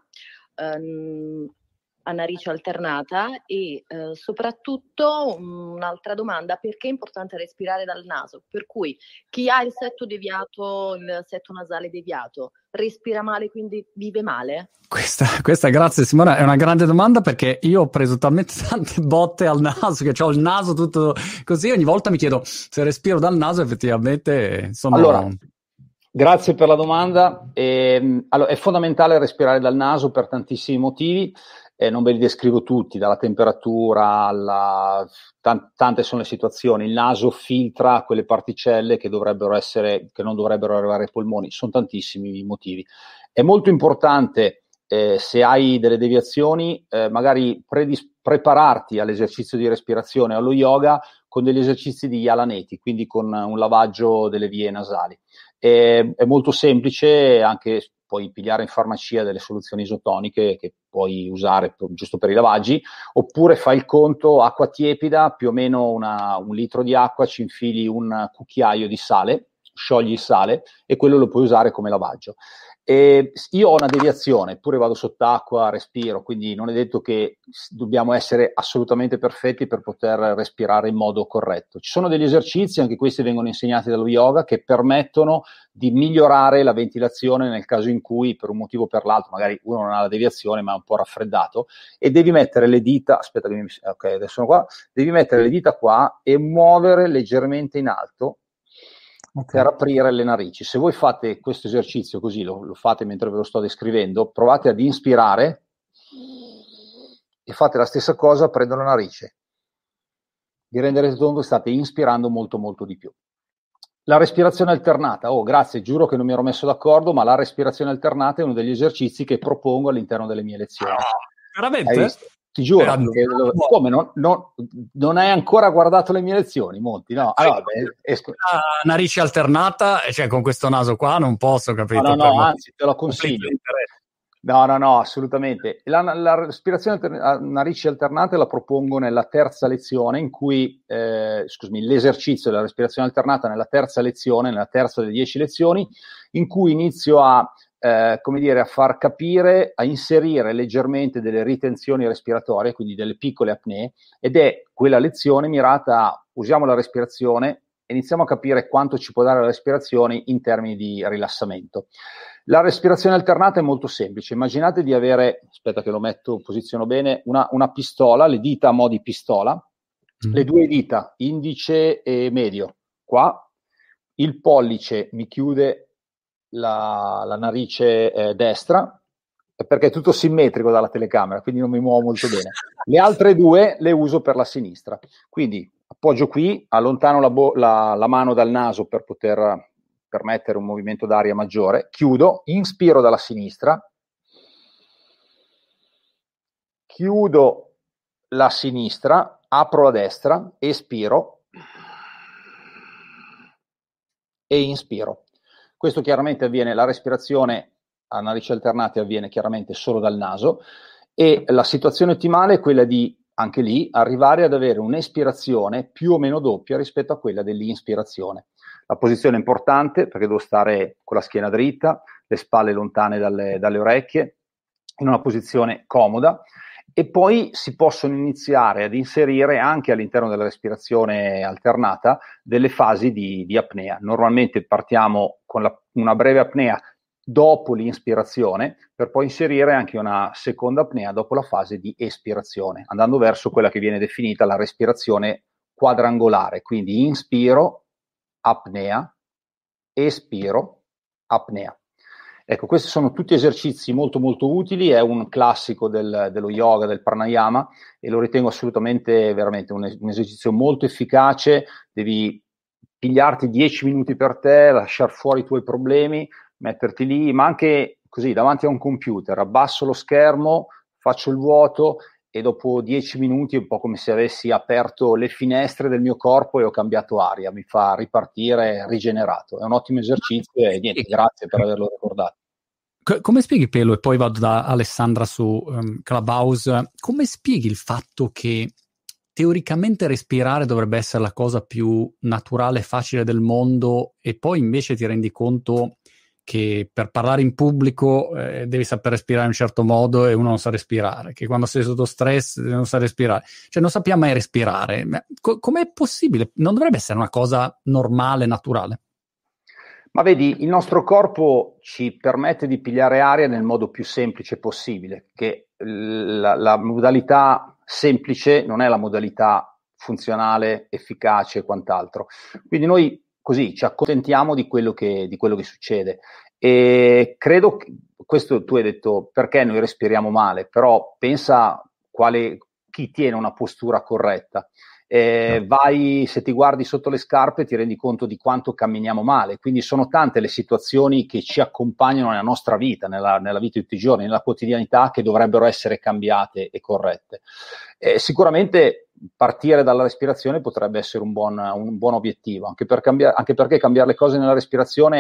[SPEAKER 6] um, a narice alternata, e uh, soprattutto un'altra domanda: perché è importante respirare dal naso? Per cui chi ha il setto deviato, il setto nasale deviato, respira male, quindi vive male?
[SPEAKER 1] Questa, questa, grazie Simona, è una grande domanda, perché io ho preso talmente tante botte al naso che ho il naso tutto così, ogni volta mi chiedo se respiro dal naso effettivamente sono...
[SPEAKER 2] Allora, grazie per la domanda. E, allora, è fondamentale respirare dal naso per tantissimi motivi, eh, non ve li descrivo tutti, dalla temperatura alla... T- tante sono le situazioni. Il naso filtra quelle particelle che dovrebbero essere, che non dovrebbero arrivare ai polmoni, sono tantissimi i motivi. È molto importante, eh, se hai delle deviazioni, eh, magari predis- prepararti all'esercizio di respirazione o allo yoga con degli esercizi di Yalaneti, quindi con un lavaggio delle vie nasali. È, è molto semplice, anche puoi pigliare in farmacia delle soluzioni isotoniche che puoi usare per, giusto per i lavaggi, oppure fai il conto, acqua tiepida, più o meno una, un litro di acqua, ci infili un cucchiaio di sale, sciogli il sale e quello lo puoi usare come lavaggio. E io ho una deviazione, eppure vado sott'acqua, respiro, quindi non è detto che dobbiamo essere assolutamente perfetti per poter respirare in modo corretto. Ci sono degli esercizi, anche questi vengono insegnati dallo yoga, che permettono di migliorare la ventilazione nel caso in cui per un motivo o per l'altro, magari uno non ha la deviazione ma è un po' raffreddato, e devi mettere le dita, aspetta che mi, ok, adesso sono qua, devi mettere le dita qua e muovere leggermente in alto, okay, per aprire le narici. Se voi fate questo esercizio così, lo, lo fate mentre ve lo sto descrivendo, provate ad inspirare e fate la stessa cosa aprendo la narice. Vi renderete conto che state inspirando molto molto di più. La respirazione alternata, oh grazie, giuro che non mi ero messo d'accordo, ma la respirazione alternata è uno degli esercizi che propongo all'interno delle mie lezioni.
[SPEAKER 1] Veramente?
[SPEAKER 2] Ti giuro,
[SPEAKER 1] eh,
[SPEAKER 2] che, come non, non, non hai ancora guardato le mie lezioni, Monti? No, allora, beh, esco.
[SPEAKER 1] Una narice alternata, cioè con questo naso qua non posso, capito?
[SPEAKER 2] No, no, no, anzi, te lo consiglio. No, no, no, assolutamente. La, la respirazione a narici alternate la propongo nella terza lezione, in cui, eh, scusami, l'esercizio della respirazione alternata nella terza lezione, nella terza delle dieci lezioni, in cui inizio a Eh, come dire, a far capire, a inserire leggermente delle ritenzioni respiratorie, quindi delle piccole apnee, ed è quella lezione mirata a usiamo la respirazione e iniziamo a capire quanto ci può dare la respirazione in termini di rilassamento. La respirazione alternata è molto semplice. Immaginate di avere, aspetta che lo metto, posiziono bene, una, una pistola, le dita a mo' di pistola, mm. le due dita, indice e medio, qua, il pollice mi chiude La, la narice eh, destra, perché è tutto simmetrico dalla telecamera, quindi non mi muovo molto bene. Le altre due le uso per la sinistra, quindi appoggio qui, allontano la, bo- la, la mano dal naso per poter permettere un movimento d'aria maggiore, chiudo, inspiro dalla sinistra, chiudo la sinistra, apro la destra, espiro e inspiro. Questo chiaramente avviene, la respirazione a narici alternate avviene chiaramente solo dal naso, e la situazione ottimale è quella di, anche lì, arrivare ad avere un'espirazione più o meno doppia rispetto a quella dell'inspirazione. La posizione è importante perché devo stare con la schiena dritta, le spalle lontane dalle, dalle orecchie, in una posizione comoda, e poi si possono iniziare ad inserire anche all'interno della respirazione alternata delle fasi di, di apnea. Normalmente partiamo con la, una breve apnea dopo l'inspirazione, per poi inserire anche una seconda apnea dopo la fase di espirazione, andando verso quella che viene definita la respirazione quadrangolare. Quindi inspiro, apnea, espiro, apnea. Ecco, questi sono tutti esercizi molto molto utili, è un classico del, dello yoga, del pranayama, e lo ritengo assolutamente veramente un, un esercizio molto efficace. Devi pigliarti dieci minuti per te, lasciare fuori i tuoi problemi, metterti lì, ma anche così davanti a un computer, abbasso lo schermo, faccio il vuoto e dopo dieci minuti è un po' come se avessi aperto le finestre del mio corpo e ho cambiato aria, mi fa ripartire rigenerato. È un ottimo esercizio e niente, grazie per averlo ricordato.
[SPEAKER 1] Come spieghi, Pelo, e poi vado da Alessandra su um, Clubhouse, come spieghi il fatto che teoricamente respirare dovrebbe essere la cosa più naturale e facile del mondo, e poi invece ti rendi conto che per parlare in pubblico eh, devi saper respirare in un certo modo e uno non sa respirare, che quando sei sotto stress non sa respirare, cioè non sappiamo mai respirare. Co- com'è possibile? Non dovrebbe essere una cosa normale, naturale?
[SPEAKER 2] Ma vedi, il nostro corpo ci permette di pigliare aria nel modo più semplice possibile, che la, la modalità semplice non è la modalità funzionale, efficace e quant'altro. Quindi noi così ci accontentiamo di quello che, di quello che succede. E credo che, questo tu hai detto, perché noi respiriamo male, però pensa quale, chi tiene una postura corretta. Eh, vai, se ti guardi sotto le scarpe ti rendi conto di quanto camminiamo male, quindi sono tante le situazioni che ci accompagnano nella nostra vita, nella, nella vita di tutti i giorni, nella quotidianità, che dovrebbero essere cambiate e corrette. Eh, sicuramente partire dalla respirazione potrebbe essere un buon, un buon obiettivo, anche, per cambiare, anche perché cambiare le cose nella respirazione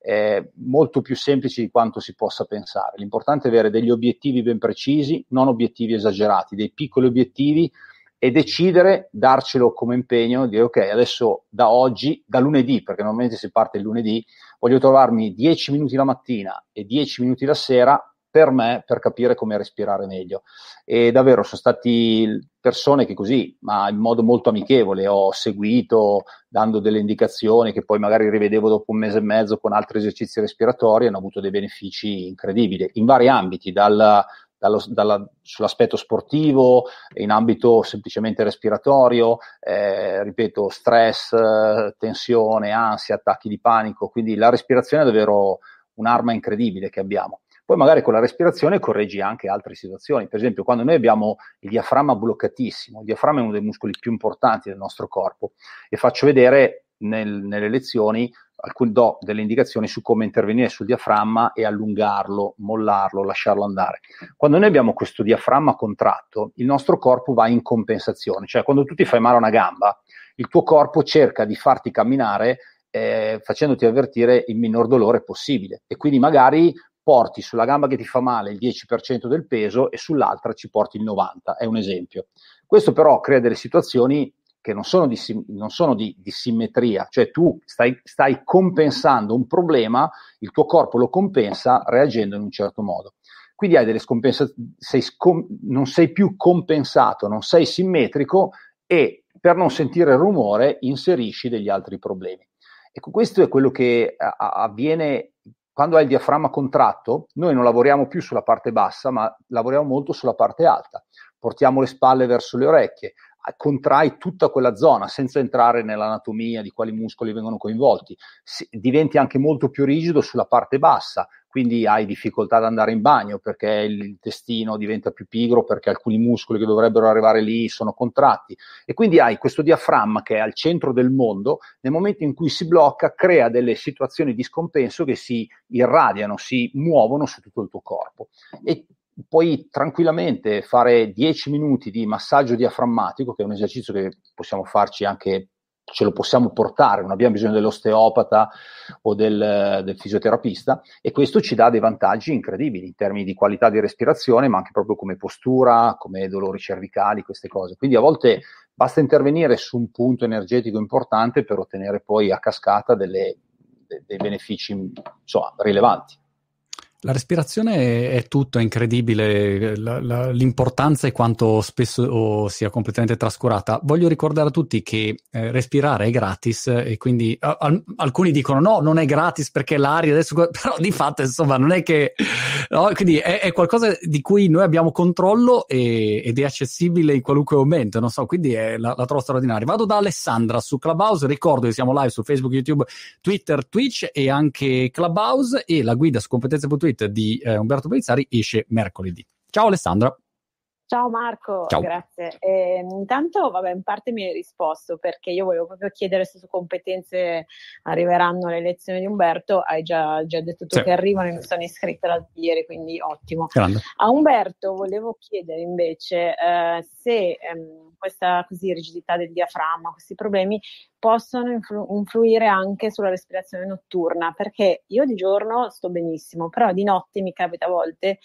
[SPEAKER 2] eh, molto più semplici di quanto si possa pensare. L'importante è avere degli obiettivi ben precisi, non obiettivi esagerati, dei piccoli obiettivi, e decidere, darcelo come impegno, dire ok, adesso da oggi, da lunedì, perché normalmente si parte il lunedì, voglio trovarmi dieci minuti la mattina e dieci minuti la sera per me, per capire come respirare meglio. E davvero sono stati persone che così, ma in modo molto amichevole, ho seguito, dando delle indicazioni che poi magari rivedevo dopo un mese e mezzo con altri esercizi respiratori, hanno avuto dei benefici incredibili, in vari ambiti, dal Dallo, dalla, sull'aspetto sportivo, in ambito semplicemente respiratorio, eh, ripeto, stress, tensione, ansia, attacchi di panico, quindi la respirazione è davvero un'arma incredibile che abbiamo. Poi magari con la respirazione correggi anche altre situazioni, per esempio quando noi abbiamo il diaframma bloccatissimo, il diaframma è uno dei muscoli più importanti del nostro corpo, e faccio vedere nel, nelle lezioni alcune, do delle indicazioni su come intervenire sul diaframma e allungarlo, mollarlo, lasciarlo andare. Quando noi abbiamo questo diaframma contratto, il nostro corpo va in compensazione, cioè quando tu ti fai male a una gamba, il tuo corpo cerca di farti camminare eh, facendoti avvertire il minor dolore possibile, e quindi magari porti sulla gamba che ti fa male il dieci per cento del peso e sull'altra ci porti il novanta per cento, è un esempio. Questo però crea delle situazioni che non sono di, non sono di, di simmetria, cioè tu stai, stai compensando un problema, il tuo corpo lo compensa reagendo in un certo modo. Quindi hai delle scompensazioni, sei scom- non sei più compensato, non sei simmetrico, e per non sentire il rumore inserisci degli altri problemi. Ecco, questo è quello che a- avviene quando hai il diaframma contratto. Noi non lavoriamo più sulla parte bassa, ma lavoriamo molto sulla parte alta. Portiamo le spalle verso le orecchie, contrai tutta quella zona senza entrare nell'anatomia di quali muscoli vengono coinvolti, si, diventi anche molto più rigido sulla parte bassa, quindi hai difficoltà ad andare in bagno perché il intestino diventa più pigro, perché alcuni muscoli che dovrebbero arrivare lì sono contratti, e quindi hai questo diaframma che è al centro del mondo. Nel momento in cui si blocca, crea delle situazioni di scompenso che si irradiano, si muovono su tutto il tuo corpo, e puoi tranquillamente fare dieci minuti di massaggio diaframmatico, che è un esercizio che possiamo farci anche, ce lo possiamo portare, non abbiamo bisogno dell'osteopata o del, del fisioterapista, e questo ci dà dei vantaggi incredibili in termini di qualità di respirazione, ma anche proprio come postura, come dolori cervicali, queste cose. Quindi a volte basta intervenire su un punto energetico importante per ottenere poi a cascata delle, de, dei benefici, insomma, rilevanti.
[SPEAKER 1] La respirazione è tutto, è incredibile, la, la, l'importanza e quanto spesso sia completamente trascurata. Voglio ricordare a tutti che eh, respirare è gratis, e quindi a, a, alcuni dicono no, non è gratis perché l'aria adesso, però di fatto insomma non è che, no? Quindi è, è qualcosa di cui noi abbiamo controllo e, ed è accessibile in qualunque momento, non so, quindi è, la, la trovo straordinaria. Vado da Alessandra su Clubhouse, ricordo che siamo live su Facebook, YouTube, Twitter, Twitch e anche Clubhouse, e la guida su competenze punto it di eh, Umberto Pellizzari esce mercoledì. Ciao Alessandra.
[SPEAKER 7] Ciao Marco,
[SPEAKER 1] Ciao.
[SPEAKER 7] Grazie. Eh, intanto, vabbè, in parte mi hai risposto, perché io volevo proprio chiedere se su competenze arriveranno le lezioni di Umberto. Hai già, già detto tu, sì, che arrivano, mi sono iscritta l'altro ieri, quindi ottimo.
[SPEAKER 1] Grande.
[SPEAKER 7] A Umberto volevo chiedere invece eh, se ehm, questa così rigidità del diaframma, questi problemi possono influ- influire anche sulla respirazione notturna, perché io di giorno sto benissimo, però di notte mi capita a volte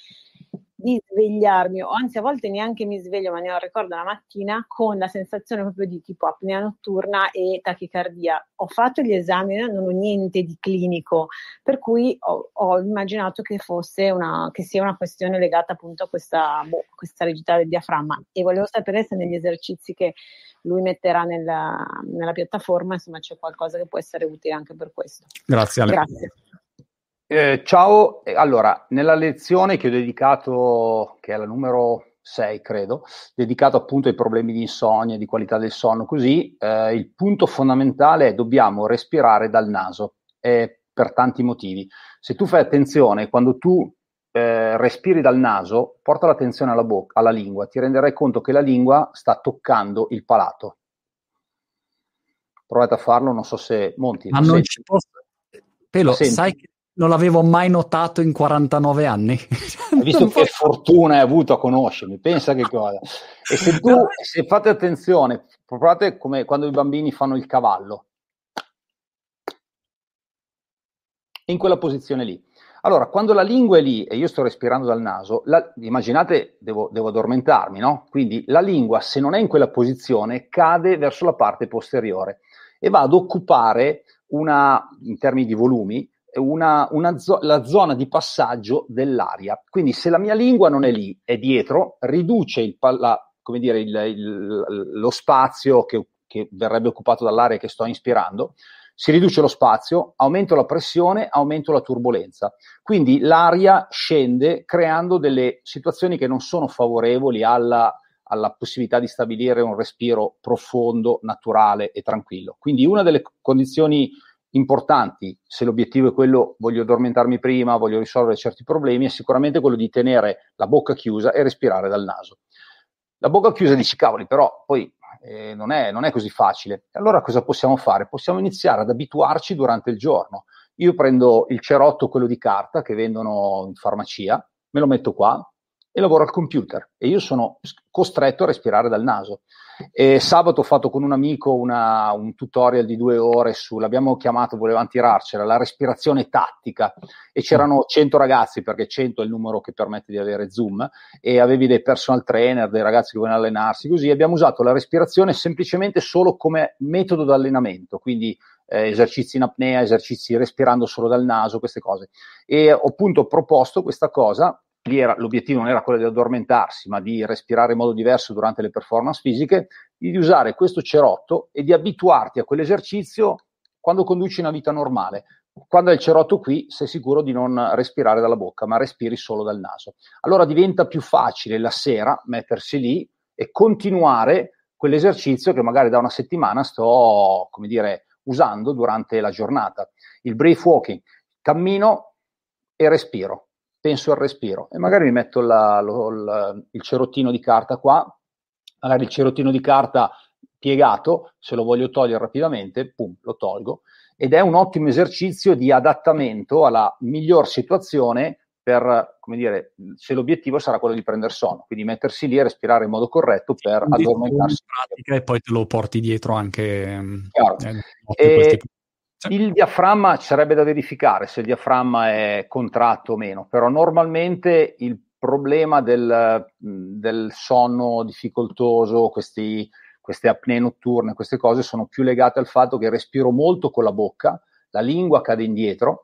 [SPEAKER 7] di svegliarmi, o anzi a volte neanche mi sveglio, ma ne ho ricordo la mattina con la sensazione proprio di tipo apnea notturna e tachicardia. Ho fatto gli esami, non ho niente di clinico, per cui ho, ho immaginato che fosse una, che sia una questione legata appunto a questa, boh, questa rigidità del diaframma, e volevo sapere se negli esercizi che lui metterà nella, nella piattaforma, insomma, c'è qualcosa che può essere utile anche per questo.
[SPEAKER 1] Grazie Ale.
[SPEAKER 7] Grazie.
[SPEAKER 2] Eh, ciao, allora, nella lezione che ho dedicato, che è la numero sei credo, dedicato appunto ai problemi di insonnia, di qualità del sonno, così, eh, il punto fondamentale è: dobbiamo respirare dal naso, eh, per tanti motivi. Se tu fai attenzione, quando tu eh, respiri dal naso, porta l'attenzione alla bocca, alla lingua, ti renderai conto che la lingua sta toccando il palato. Provate a farlo, non so se Monti.
[SPEAKER 1] Ma non
[SPEAKER 2] senti?
[SPEAKER 1] ci posso... Pelo, sai che non l'avevo mai notato in quarantanove anni.
[SPEAKER 2] Hai visto che fortuna hai avuto a conoscermi? Pensa che cosa. E se tu, se fate attenzione, provate come quando i bambini fanno il cavallo. in quella posizione lì. Allora, quando la lingua è lì e io sto respirando dal naso, la, immaginate, devo, devo addormentarmi, no? Quindi la lingua, se non è in quella posizione, cade verso la parte posteriore e va ad occupare una, in termini di volumi, una, una zo- la zona di passaggio dell'aria. Quindi se la mia lingua non è lì, è dietro, riduce il, la, come dire, il, il, lo spazio che, che verrebbe occupato dall'aria che sto inspirando, si riduce lo spazio, aumento la pressione, aumento la turbolenza. Quindi l'aria scende creando delle situazioni che non sono favorevoli alla, alla possibilità di stabilire un respiro profondo, naturale e tranquillo. Quindi una delle condizioni importanti, se l'obiettivo è quello, voglio addormentarmi prima, voglio risolvere certi problemi, è sicuramente quello di tenere la bocca chiusa e respirare dal naso. La bocca chiusa dici, cavoli, però poi eh, non è, non è così facile. Allora cosa possiamo fare? Possiamo iniziare ad abituarci durante il giorno. Io prendo il cerotto, quello di carta, che vendono in farmacia, me lo metto qua e lavoro al computer e io sono costretto a respirare dal naso. E sabato ho fatto con un amico una, un tutorial di due ore su, l'abbiamo chiamato, volevamo tirarcela, la respirazione tattica, e c'erano cento ragazzi, perché cento è il numero che permette di avere Zoom, e avevi dei personal trainer, dei ragazzi che vogliono allenarsi, così abbiamo usato la respirazione semplicemente solo come metodo di allenamento, quindi eh, esercizi in apnea, esercizi respirando solo dal naso, queste cose. E ho appunto proposto questa cosa. Lì era, l'obiettivo non era quello di addormentarsi, ma di respirare in modo diverso durante le performance fisiche, di usare questo cerotto e di abituarti a quell'esercizio quando conduci una vita normale. Quando hai il cerotto qui, sei sicuro di non respirare dalla bocca, ma respiri solo dal naso. Allora diventa più facile la sera mettersi lì e continuare quell'esercizio che magari da una settimana sto, come dire, usando durante la giornata. Il brief walking, cammino e respiro. Penso al respiro e magari mi metto la, lo, la, il cerottino di carta qua, magari il cerottino di carta piegato, se lo voglio togliere rapidamente, pum, lo tolgo, ed è un ottimo esercizio di adattamento alla miglior situazione per, come dire, se l'obiettivo sarà quello di prendere sonno, quindi mettersi lì e respirare in modo corretto per
[SPEAKER 1] quindi
[SPEAKER 2] addormentarsi.
[SPEAKER 1] Pratica e poi te lo porti dietro anche.
[SPEAKER 2] Chiaro.
[SPEAKER 1] Eh,
[SPEAKER 2] e, Il diaframma ci sarebbe da verificare se il diaframma è contratto o meno, però normalmente il problema del, del sonno difficoltoso, questi, queste apnee notturne, queste cose sono più legate al fatto che respiro molto con la bocca, la lingua cade indietro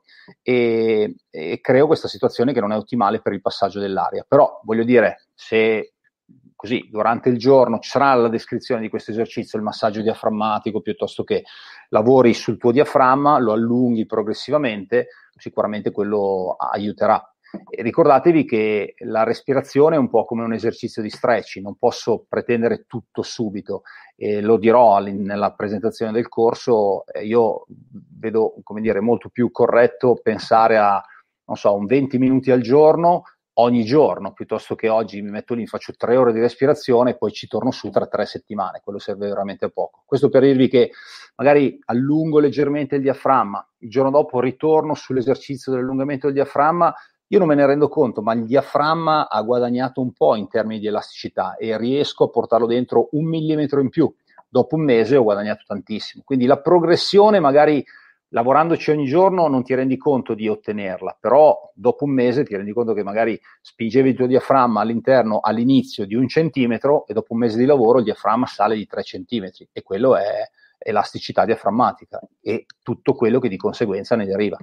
[SPEAKER 2] e, e creo questa situazione che non è ottimale per il passaggio dell'aria. Però voglio dire, se così durante il giorno ci sarà la descrizione di questo esercizio, il massaggio diaframmatico, piuttosto che lavori sul tuo diaframma, lo allunghi progressivamente, sicuramente quello aiuterà. E ricordatevi che la respirazione è un po' come un esercizio di stretching, non posso pretendere tutto subito, e lo dirò nella presentazione del corso. Eh, io vedo, come dire, molto più corretto pensare a, non so, un venti minuti al giorno, ogni giorno, piuttosto che oggi mi metto lì, faccio tre ore di respirazione e poi ci torno su tra tre settimane, quello serve veramente a poco. Questo per dirvi che magari allungo leggermente il diaframma, il giorno dopo ritorno sull'esercizio dell'allungamento del diaframma, io non me ne rendo conto, ma il diaframma ha guadagnato un po' in termini di elasticità e riesco a portarlo dentro un millimetro in più. Dopo un mese ho guadagnato tantissimo. Quindi la progressione magari lavorandoci ogni giorno non ti rendi conto di ottenerla, però dopo un mese ti rendi conto che magari spingevi il tuo diaframma all'interno all'inizio di un centimetro e dopo un mese di lavoro il diaframma sale di tre centimetri, e quello è elasticità diaframmatica e tutto quello che di conseguenza ne deriva.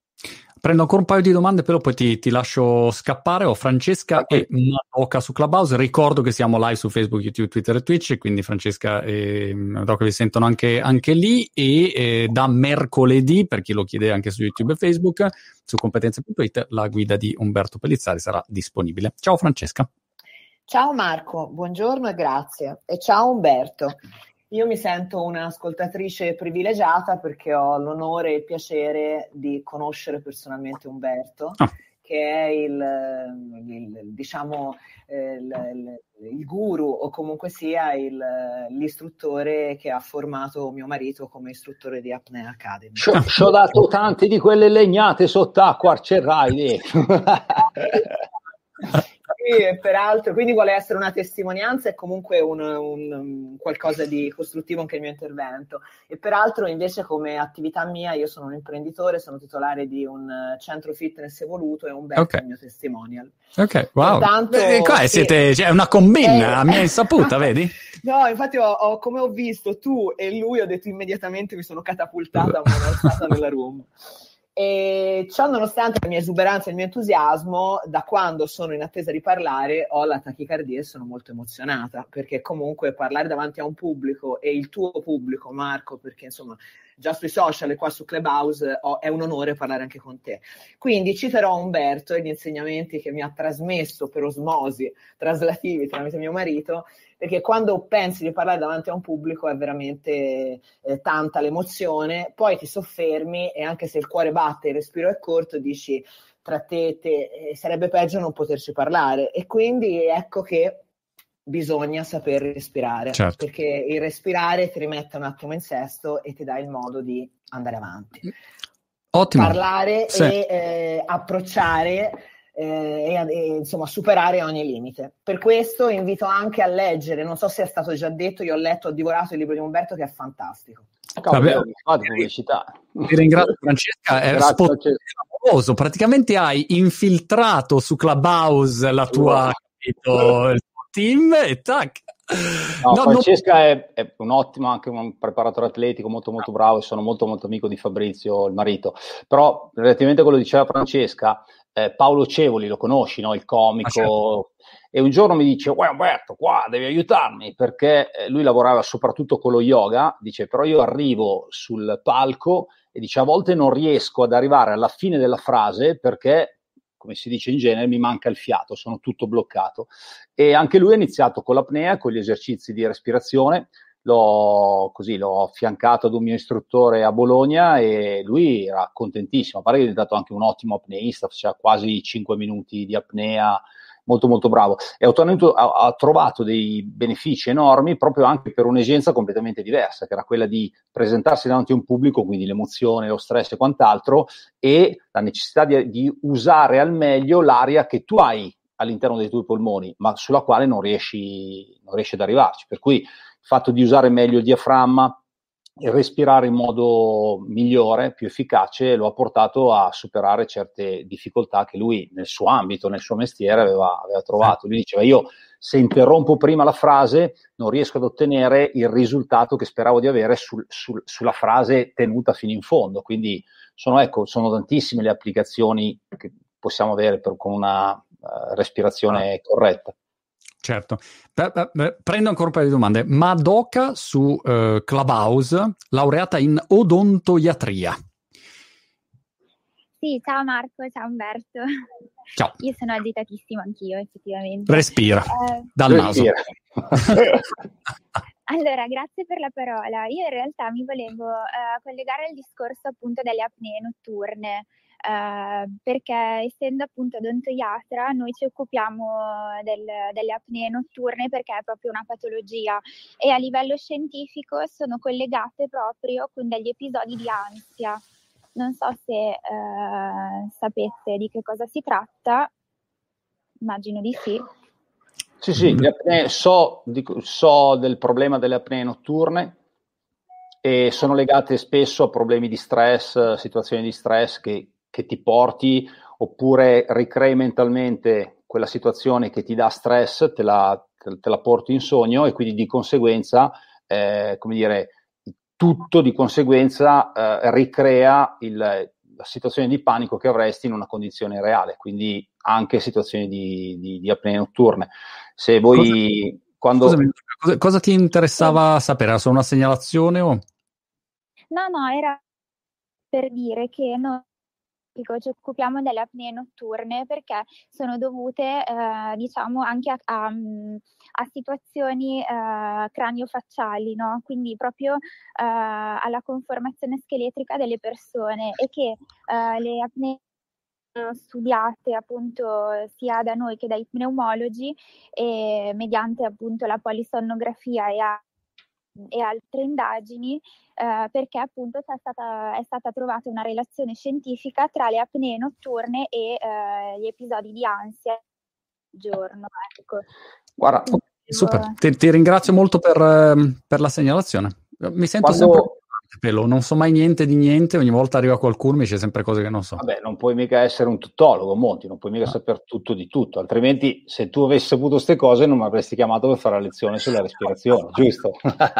[SPEAKER 1] Prendo ancora un paio di domande, però poi ti, ti lascio scappare. Ho Francesca okay. e Madoka su Clubhouse. Ricordo che siamo live su Facebook, YouTube, Twitter e Twitch, quindi Francesca e Madoka vi sentono anche, anche lì, e eh, da mercoledì, per chi lo chiede anche su YouTube e Facebook, su competenze punto it, la guida di Umberto Pellizzari sarà disponibile. Ciao Francesca.
[SPEAKER 8] Ciao Marco, buongiorno e grazie. E ciao Umberto. Io mi sento un'ascoltatrice privilegiata perché ho l'onore e il piacere di conoscere personalmente Umberto, ah. che è il, il diciamo il, il guru, o comunque sia il, l'istruttore che ha formato mio marito come istruttore di Apnea Academy.
[SPEAKER 2] Ci ho dato tante di quelle legnate sott'acqua, arcerai.
[SPEAKER 8] e peraltro, quindi vuole essere una testimonianza e comunque un, un, un qualcosa di costruttivo anche il mio intervento. E peraltro invece come attività mia io sono un imprenditore, sono titolare di un centro fitness evoluto e un Umberto
[SPEAKER 1] okay.
[SPEAKER 8] è il mio testimonial.
[SPEAKER 1] Ok, wow.
[SPEAKER 8] Intanto,
[SPEAKER 1] Beh, qua
[SPEAKER 8] sì.
[SPEAKER 1] siete, cioè, una combina,
[SPEAKER 8] Eh,
[SPEAKER 1] a mia insaputa, vedi?
[SPEAKER 8] No, infatti ho, ho, come ho visto tu e lui, ho detto immediatamente mi sono catapultata una alzata nella room. E ciò nonostante la mia esuberanza e il mio entusiasmo, da quando sono in attesa di parlare ho la tachicardia e sono molto emozionata, perché comunque parlare davanti a un pubblico e il tuo pubblico, Marco, perché insomma già sui social e qua su Clubhouse oh, è un onore parlare anche con te. Quindi citerò Umberto e gli insegnamenti che mi ha trasmesso per osmosi traslativi tramite mio marito, perché quando pensi di parlare davanti a un pubblico è veramente eh, tanta l'emozione, poi ti soffermi e anche se il cuore batte e il respiro è corto dici tra te e te eh, sarebbe peggio non poterci parlare, e quindi ecco che bisogna saper respirare,
[SPEAKER 1] certo.
[SPEAKER 8] perché il respirare ti rimette un attimo in sesto e ti dà il modo di andare avanti.
[SPEAKER 1] Ottimo.
[SPEAKER 8] Parlare
[SPEAKER 1] sì.
[SPEAKER 8] e eh, approcciare Eh, e, e insomma superare ogni limite. Per questo invito anche a leggere, non so se è stato già detto, io ho letto, ho divorato il libro di Umberto che è fantastico.
[SPEAKER 2] Vabbè, fate pubblicità.
[SPEAKER 1] Ti ringrazio Francesca, è spocchioso, praticamente hai infiltrato su Clubhouse la tua capito, il tuo team e tac.
[SPEAKER 2] No,
[SPEAKER 1] no,
[SPEAKER 2] Francesca
[SPEAKER 1] non...
[SPEAKER 2] è, è un ottimo, anche un preparatore atletico molto molto bravo e sono molto molto amico di Fabrizio, il marito. Però relativamente a quello che diceva Francesca, eh, Paolo Cevoli lo conosci, no? Il comico, ah, certo. E un giorno mi dice uè Umberto, qua devi aiutarmi, perché lui lavorava soprattutto con lo yoga, dice però io arrivo sul palco e dice a volte non riesco ad arrivare alla fine della frase perché, come si dice in genere, mi manca il fiato, sono tutto bloccato. E anche lui ha iniziato con l'apnea, con gli esercizi di respirazione, l'ho, così, l'ho affiancato ad un mio istruttore a Bologna e lui era contentissimo, a parte che è diventato anche un ottimo apneista, faceva quasi cinque minuti di apnea, molto molto bravo, e ha, ottenuto, ha, ha trovato dei benefici enormi proprio anche per un'esigenza completamente diversa, che era quella di presentarsi davanti a un pubblico, quindi l'emozione, lo stress e quant'altro, e la necessità di, di usare al meglio l'aria che tu hai all'interno dei tuoi polmoni, ma sulla quale non riesci, non riesci ad arrivarci. Per cui il fatto di usare meglio il diaframma e respirare in modo migliore, più efficace, lo ha portato a superare certe difficoltà che lui nel suo ambito, nel suo mestiere aveva, aveva trovato. Lui diceva io se interrompo prima la frase non riesco ad ottenere il risultato che speravo di avere sul, sul, sulla frase tenuta fino in fondo. Quindi sono, ecco, sono tantissime le applicazioni che possiamo avere per, con una uh, respirazione ah. corretta.
[SPEAKER 1] Certo. Prendo ancora un paio di domande. Madoka su uh, Clubhouse, laureata in odontoiatria.
[SPEAKER 9] Sì, ciao Marco, ciao Umberto.
[SPEAKER 1] Ciao.
[SPEAKER 9] Io sono agitatissima anch'io, effettivamente.
[SPEAKER 1] Respira eh, dal
[SPEAKER 2] respira.
[SPEAKER 1] naso.
[SPEAKER 9] Allora, grazie per la parola. Io in realtà mi volevo uh, collegare al discorso appunto delle apnee notturne. Uh, perché essendo appunto odontoiatra noi ci occupiamo del, delle apnee notturne perché è proprio una patologia e a livello scientifico sono collegate proprio con degli episodi di ansia. Non so se uh, sapete di che cosa si tratta, immagino di sì.
[SPEAKER 2] Sì, sì, le apnee, so, dico, so del problema delle apnee notturne e sono legate spesso a problemi di stress, situazioni di stress che che ti porti oppure ricrei mentalmente quella situazione che ti dà stress, te la, te la porti in sogno e quindi di conseguenza, eh, come dire, tutto di conseguenza eh, ricrea il, la situazione di panico che avresti in una condizione reale, quindi anche situazioni di, di, di apnee notturne. Se voi...
[SPEAKER 1] Cosa,
[SPEAKER 2] quando...
[SPEAKER 1] scusami, cosa, cosa ti interessava sapere? Era solo una segnalazione o...
[SPEAKER 9] No, no, era per dire che noi ci occupiamo delle apnee notturne perché sono dovute eh, diciamo anche a, a, a situazioni eh, cranio-facciali, no? Quindi proprio eh, alla conformazione scheletrica delle persone e che eh, le apnee sono studiate appunto sia da noi che dai pneumologi e mediante appunto la polisonnografia e a e altre indagini eh, perché appunto c'è stata, è stata trovata una relazione scientifica tra le apnee notturne e eh, gli episodi di ansia giorno, ecco.
[SPEAKER 2] Guarda,
[SPEAKER 1] super, ti, ti ringrazio molto per, per la segnalazione. Mi sento
[SPEAKER 2] Quando...
[SPEAKER 1] sempre pelo, non so mai niente di niente, ogni volta arriva qualcuno mi dice sempre cose che non so.
[SPEAKER 2] Vabbè, non puoi mica essere un tuttologo, Monti, non puoi mica no. sapere tutto di tutto, altrimenti se tu avessi saputo queste cose non mi avresti chiamato per fare la lezione sulla respirazione, giusto?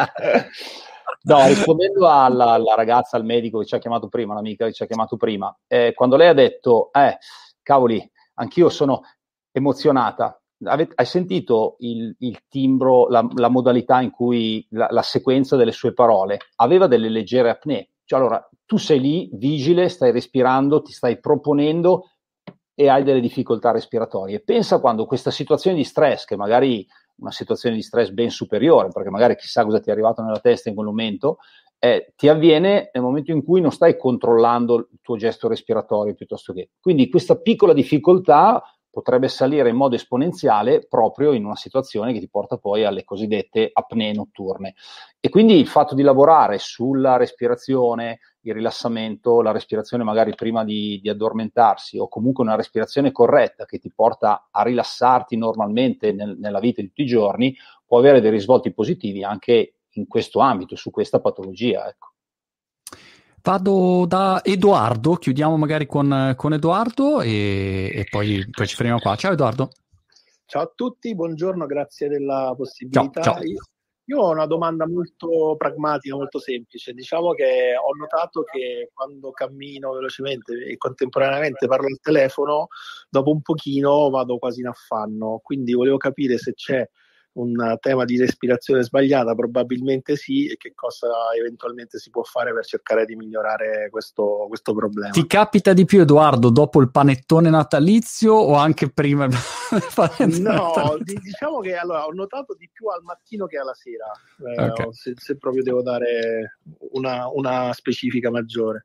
[SPEAKER 2] No, rispondendo alla, alla ragazza, al medico che ci ha chiamato prima, l'amica che ci ha chiamato prima, eh, quando lei ha detto, eh, cavoli, anch'io sono emozionata, Ave, hai sentito il, il timbro, la, la modalità in cui, la, la sequenza delle sue parole, aveva delle leggere apnee, cioè allora tu sei lì, vigile, stai respirando, ti stai proponendo e hai delle difficoltà respiratorie. Pensa quando questa situazione di stress, che magari una situazione di stress ben superiore, perché magari chissà cosa ti è arrivato nella testa in quel momento, eh, ti avviene nel momento in cui non stai controllando il tuo gesto respiratorio piuttosto che. Quindi questa piccola difficoltà potrebbe salire in modo esponenziale proprio in una situazione che ti porta poi alle cosiddette apnee notturne. E quindi il fatto di lavorare sulla respirazione, il rilassamento, la respirazione magari prima di, di addormentarsi, o comunque una respirazione corretta che ti porta a rilassarti normalmente nel, nella vita di tutti i giorni, può avere dei risvolti positivi anche in questo ambito, su questa patologia, ecco.
[SPEAKER 1] Vado da Edoardo, chiudiamo magari con, con Edoardo e, e poi, poi ci fermiamo qua. Ciao Edoardo.
[SPEAKER 10] Ciao a tutti, buongiorno, grazie della possibilità.
[SPEAKER 1] Ciao, ciao.
[SPEAKER 10] Io, io ho una domanda molto pragmatica, molto semplice. Diciamo che ho notato che quando cammino velocemente e contemporaneamente parlo al telefono, dopo un pochino vado quasi in affanno. Quindi volevo capire se c'è un tema di respirazione sbagliata, probabilmente sì, e che cosa eventualmente si può fare per cercare di migliorare questo, questo problema.
[SPEAKER 1] Ti capita di più, Edoardo, dopo il panettone natalizio o anche prima?
[SPEAKER 10] No, d- diciamo che allora ho notato di più al mattino che alla sera, eh,
[SPEAKER 1] okay.
[SPEAKER 10] se, se proprio devo dare una, una specifica maggiore.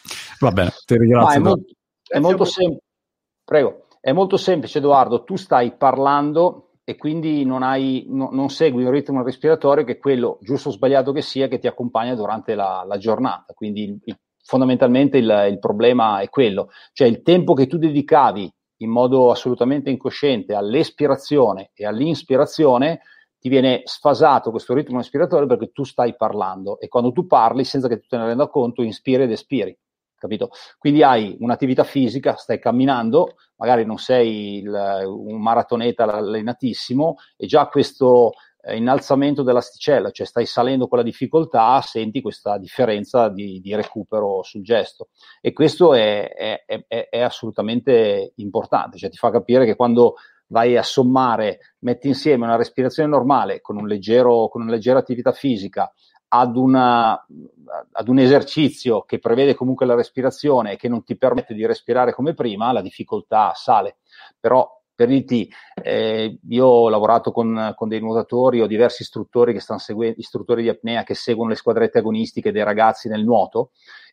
[SPEAKER 1] Va bene, ti ringrazio.
[SPEAKER 2] È molto, è molto sem- Prego, è molto semplice, Edoardo, tu stai parlando e quindi non, hai, no, non segui un ritmo respiratorio che è quello, giusto o sbagliato che sia, che ti accompagna durante la, la giornata. Quindi il, il, fondamentalmente il, il problema è quello, cioè il tempo che tu dedicavi in modo assolutamente incosciente all'espirazione e all'inspirazione, ti viene sfasato questo ritmo respiratorio perché tu stai parlando, e quando tu parli, senza che tu te ne renda conto, inspiri ed espiri. Capito? Quindi hai un'attività fisica, stai camminando, magari non sei il, un maratoneta allenatissimo, e già questo eh, innalzamento dell'asticella, cioè stai salendo con la difficoltà, senti questa differenza di, di recupero sul gesto, e questo è, è, è, è assolutamente importante, cioè ti fa capire che quando vai a sommare, metti insieme una respirazione normale con un leggero, con una leggera attività fisica, ad, una, ad un esercizio che prevede comunque la respirazione e che non ti permette di respirare come prima, la difficoltà sale. Però per dirti, eh, io ho lavorato con, con dei nuotatori, ho diversi istruttori che stanno seguendo, istruttori di apnea che seguono le squadrette agonistiche dei ragazzi nel nuoto,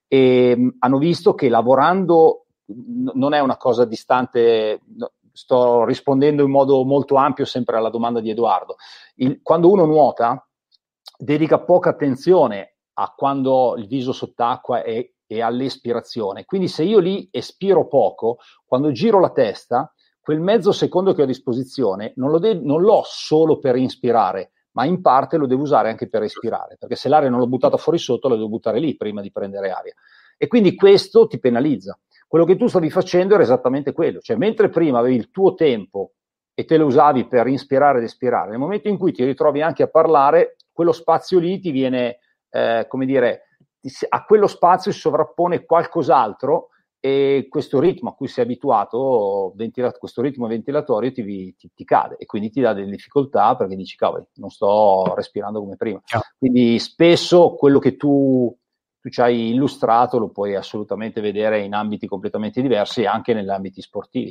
[SPEAKER 2] e mh, hanno visto che lavorando n- non è una cosa distante. No, sto rispondendo in modo molto ampio sempre alla domanda di Edoardo. Il, quando uno nuota dedica poca attenzione a quando ho il viso sott'acqua e, e all'espirazione. Quindi se io lì espiro poco, quando giro la testa, quel mezzo secondo che ho a disposizione non, lo de- non l'ho solo per inspirare, ma in parte lo devo usare anche per espirare, perché se l'aria non l'ho buttata fuori sotto, la devo buttare lì prima di prendere aria. E quindi questo ti penalizza. Quello che tu stavi facendo era esattamente quello, cioè mentre prima avevi il tuo tempo e te lo usavi per inspirare ed espirare, nel momento in cui ti ritrovi anche a parlare, quello spazio lì ti viene, eh, come dire, ti, a quello spazio si sovrappone qualcos'altro, e questo ritmo a cui sei abituato, ventilat- questo ritmo ventilatorio ti, ti, ti cade, e quindi ti dà delle difficoltà perché dici, cavoli, non sto respirando come prima.
[SPEAKER 1] Ciao.
[SPEAKER 2] Quindi spesso quello che tu, tu ci hai illustrato lo puoi assolutamente vedere in ambiti completamente diversi, anche negli ambiti sportivi.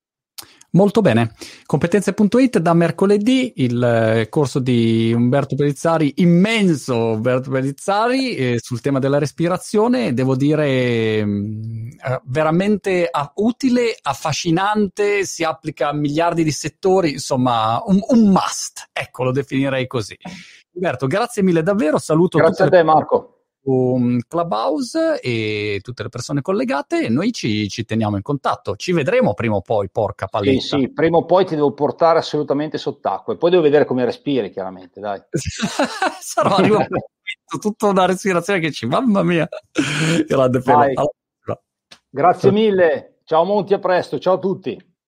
[SPEAKER 1] Molto bene. Competenze punto it da mercoledì, il eh, corso di Umberto Pellizzari, immenso Umberto Pellizzari, eh, sul tema della respirazione, devo dire mh, veramente uh, utile, affascinante, si applica a miliardi di settori, insomma un, un must, ecco, lo definirei così. Umberto, grazie mille davvero, saluto
[SPEAKER 2] grazie
[SPEAKER 1] tutte
[SPEAKER 2] a
[SPEAKER 1] le...
[SPEAKER 2] te Marco.
[SPEAKER 1] su Clubhouse e tutte le persone collegate, e noi ci, ci teniamo in contatto. Ci vedremo prima o poi, porca paletta.
[SPEAKER 2] Sì, sì, prima o poi ti devo portare assolutamente sott'acqua e poi devo vedere come respiri, chiaramente, dai.
[SPEAKER 1] Sarò arrivato tutta una respirazione che ci, mamma mia, grande pelo.
[SPEAKER 2] Grazie mille, ciao Monti, a presto, ciao a tutti.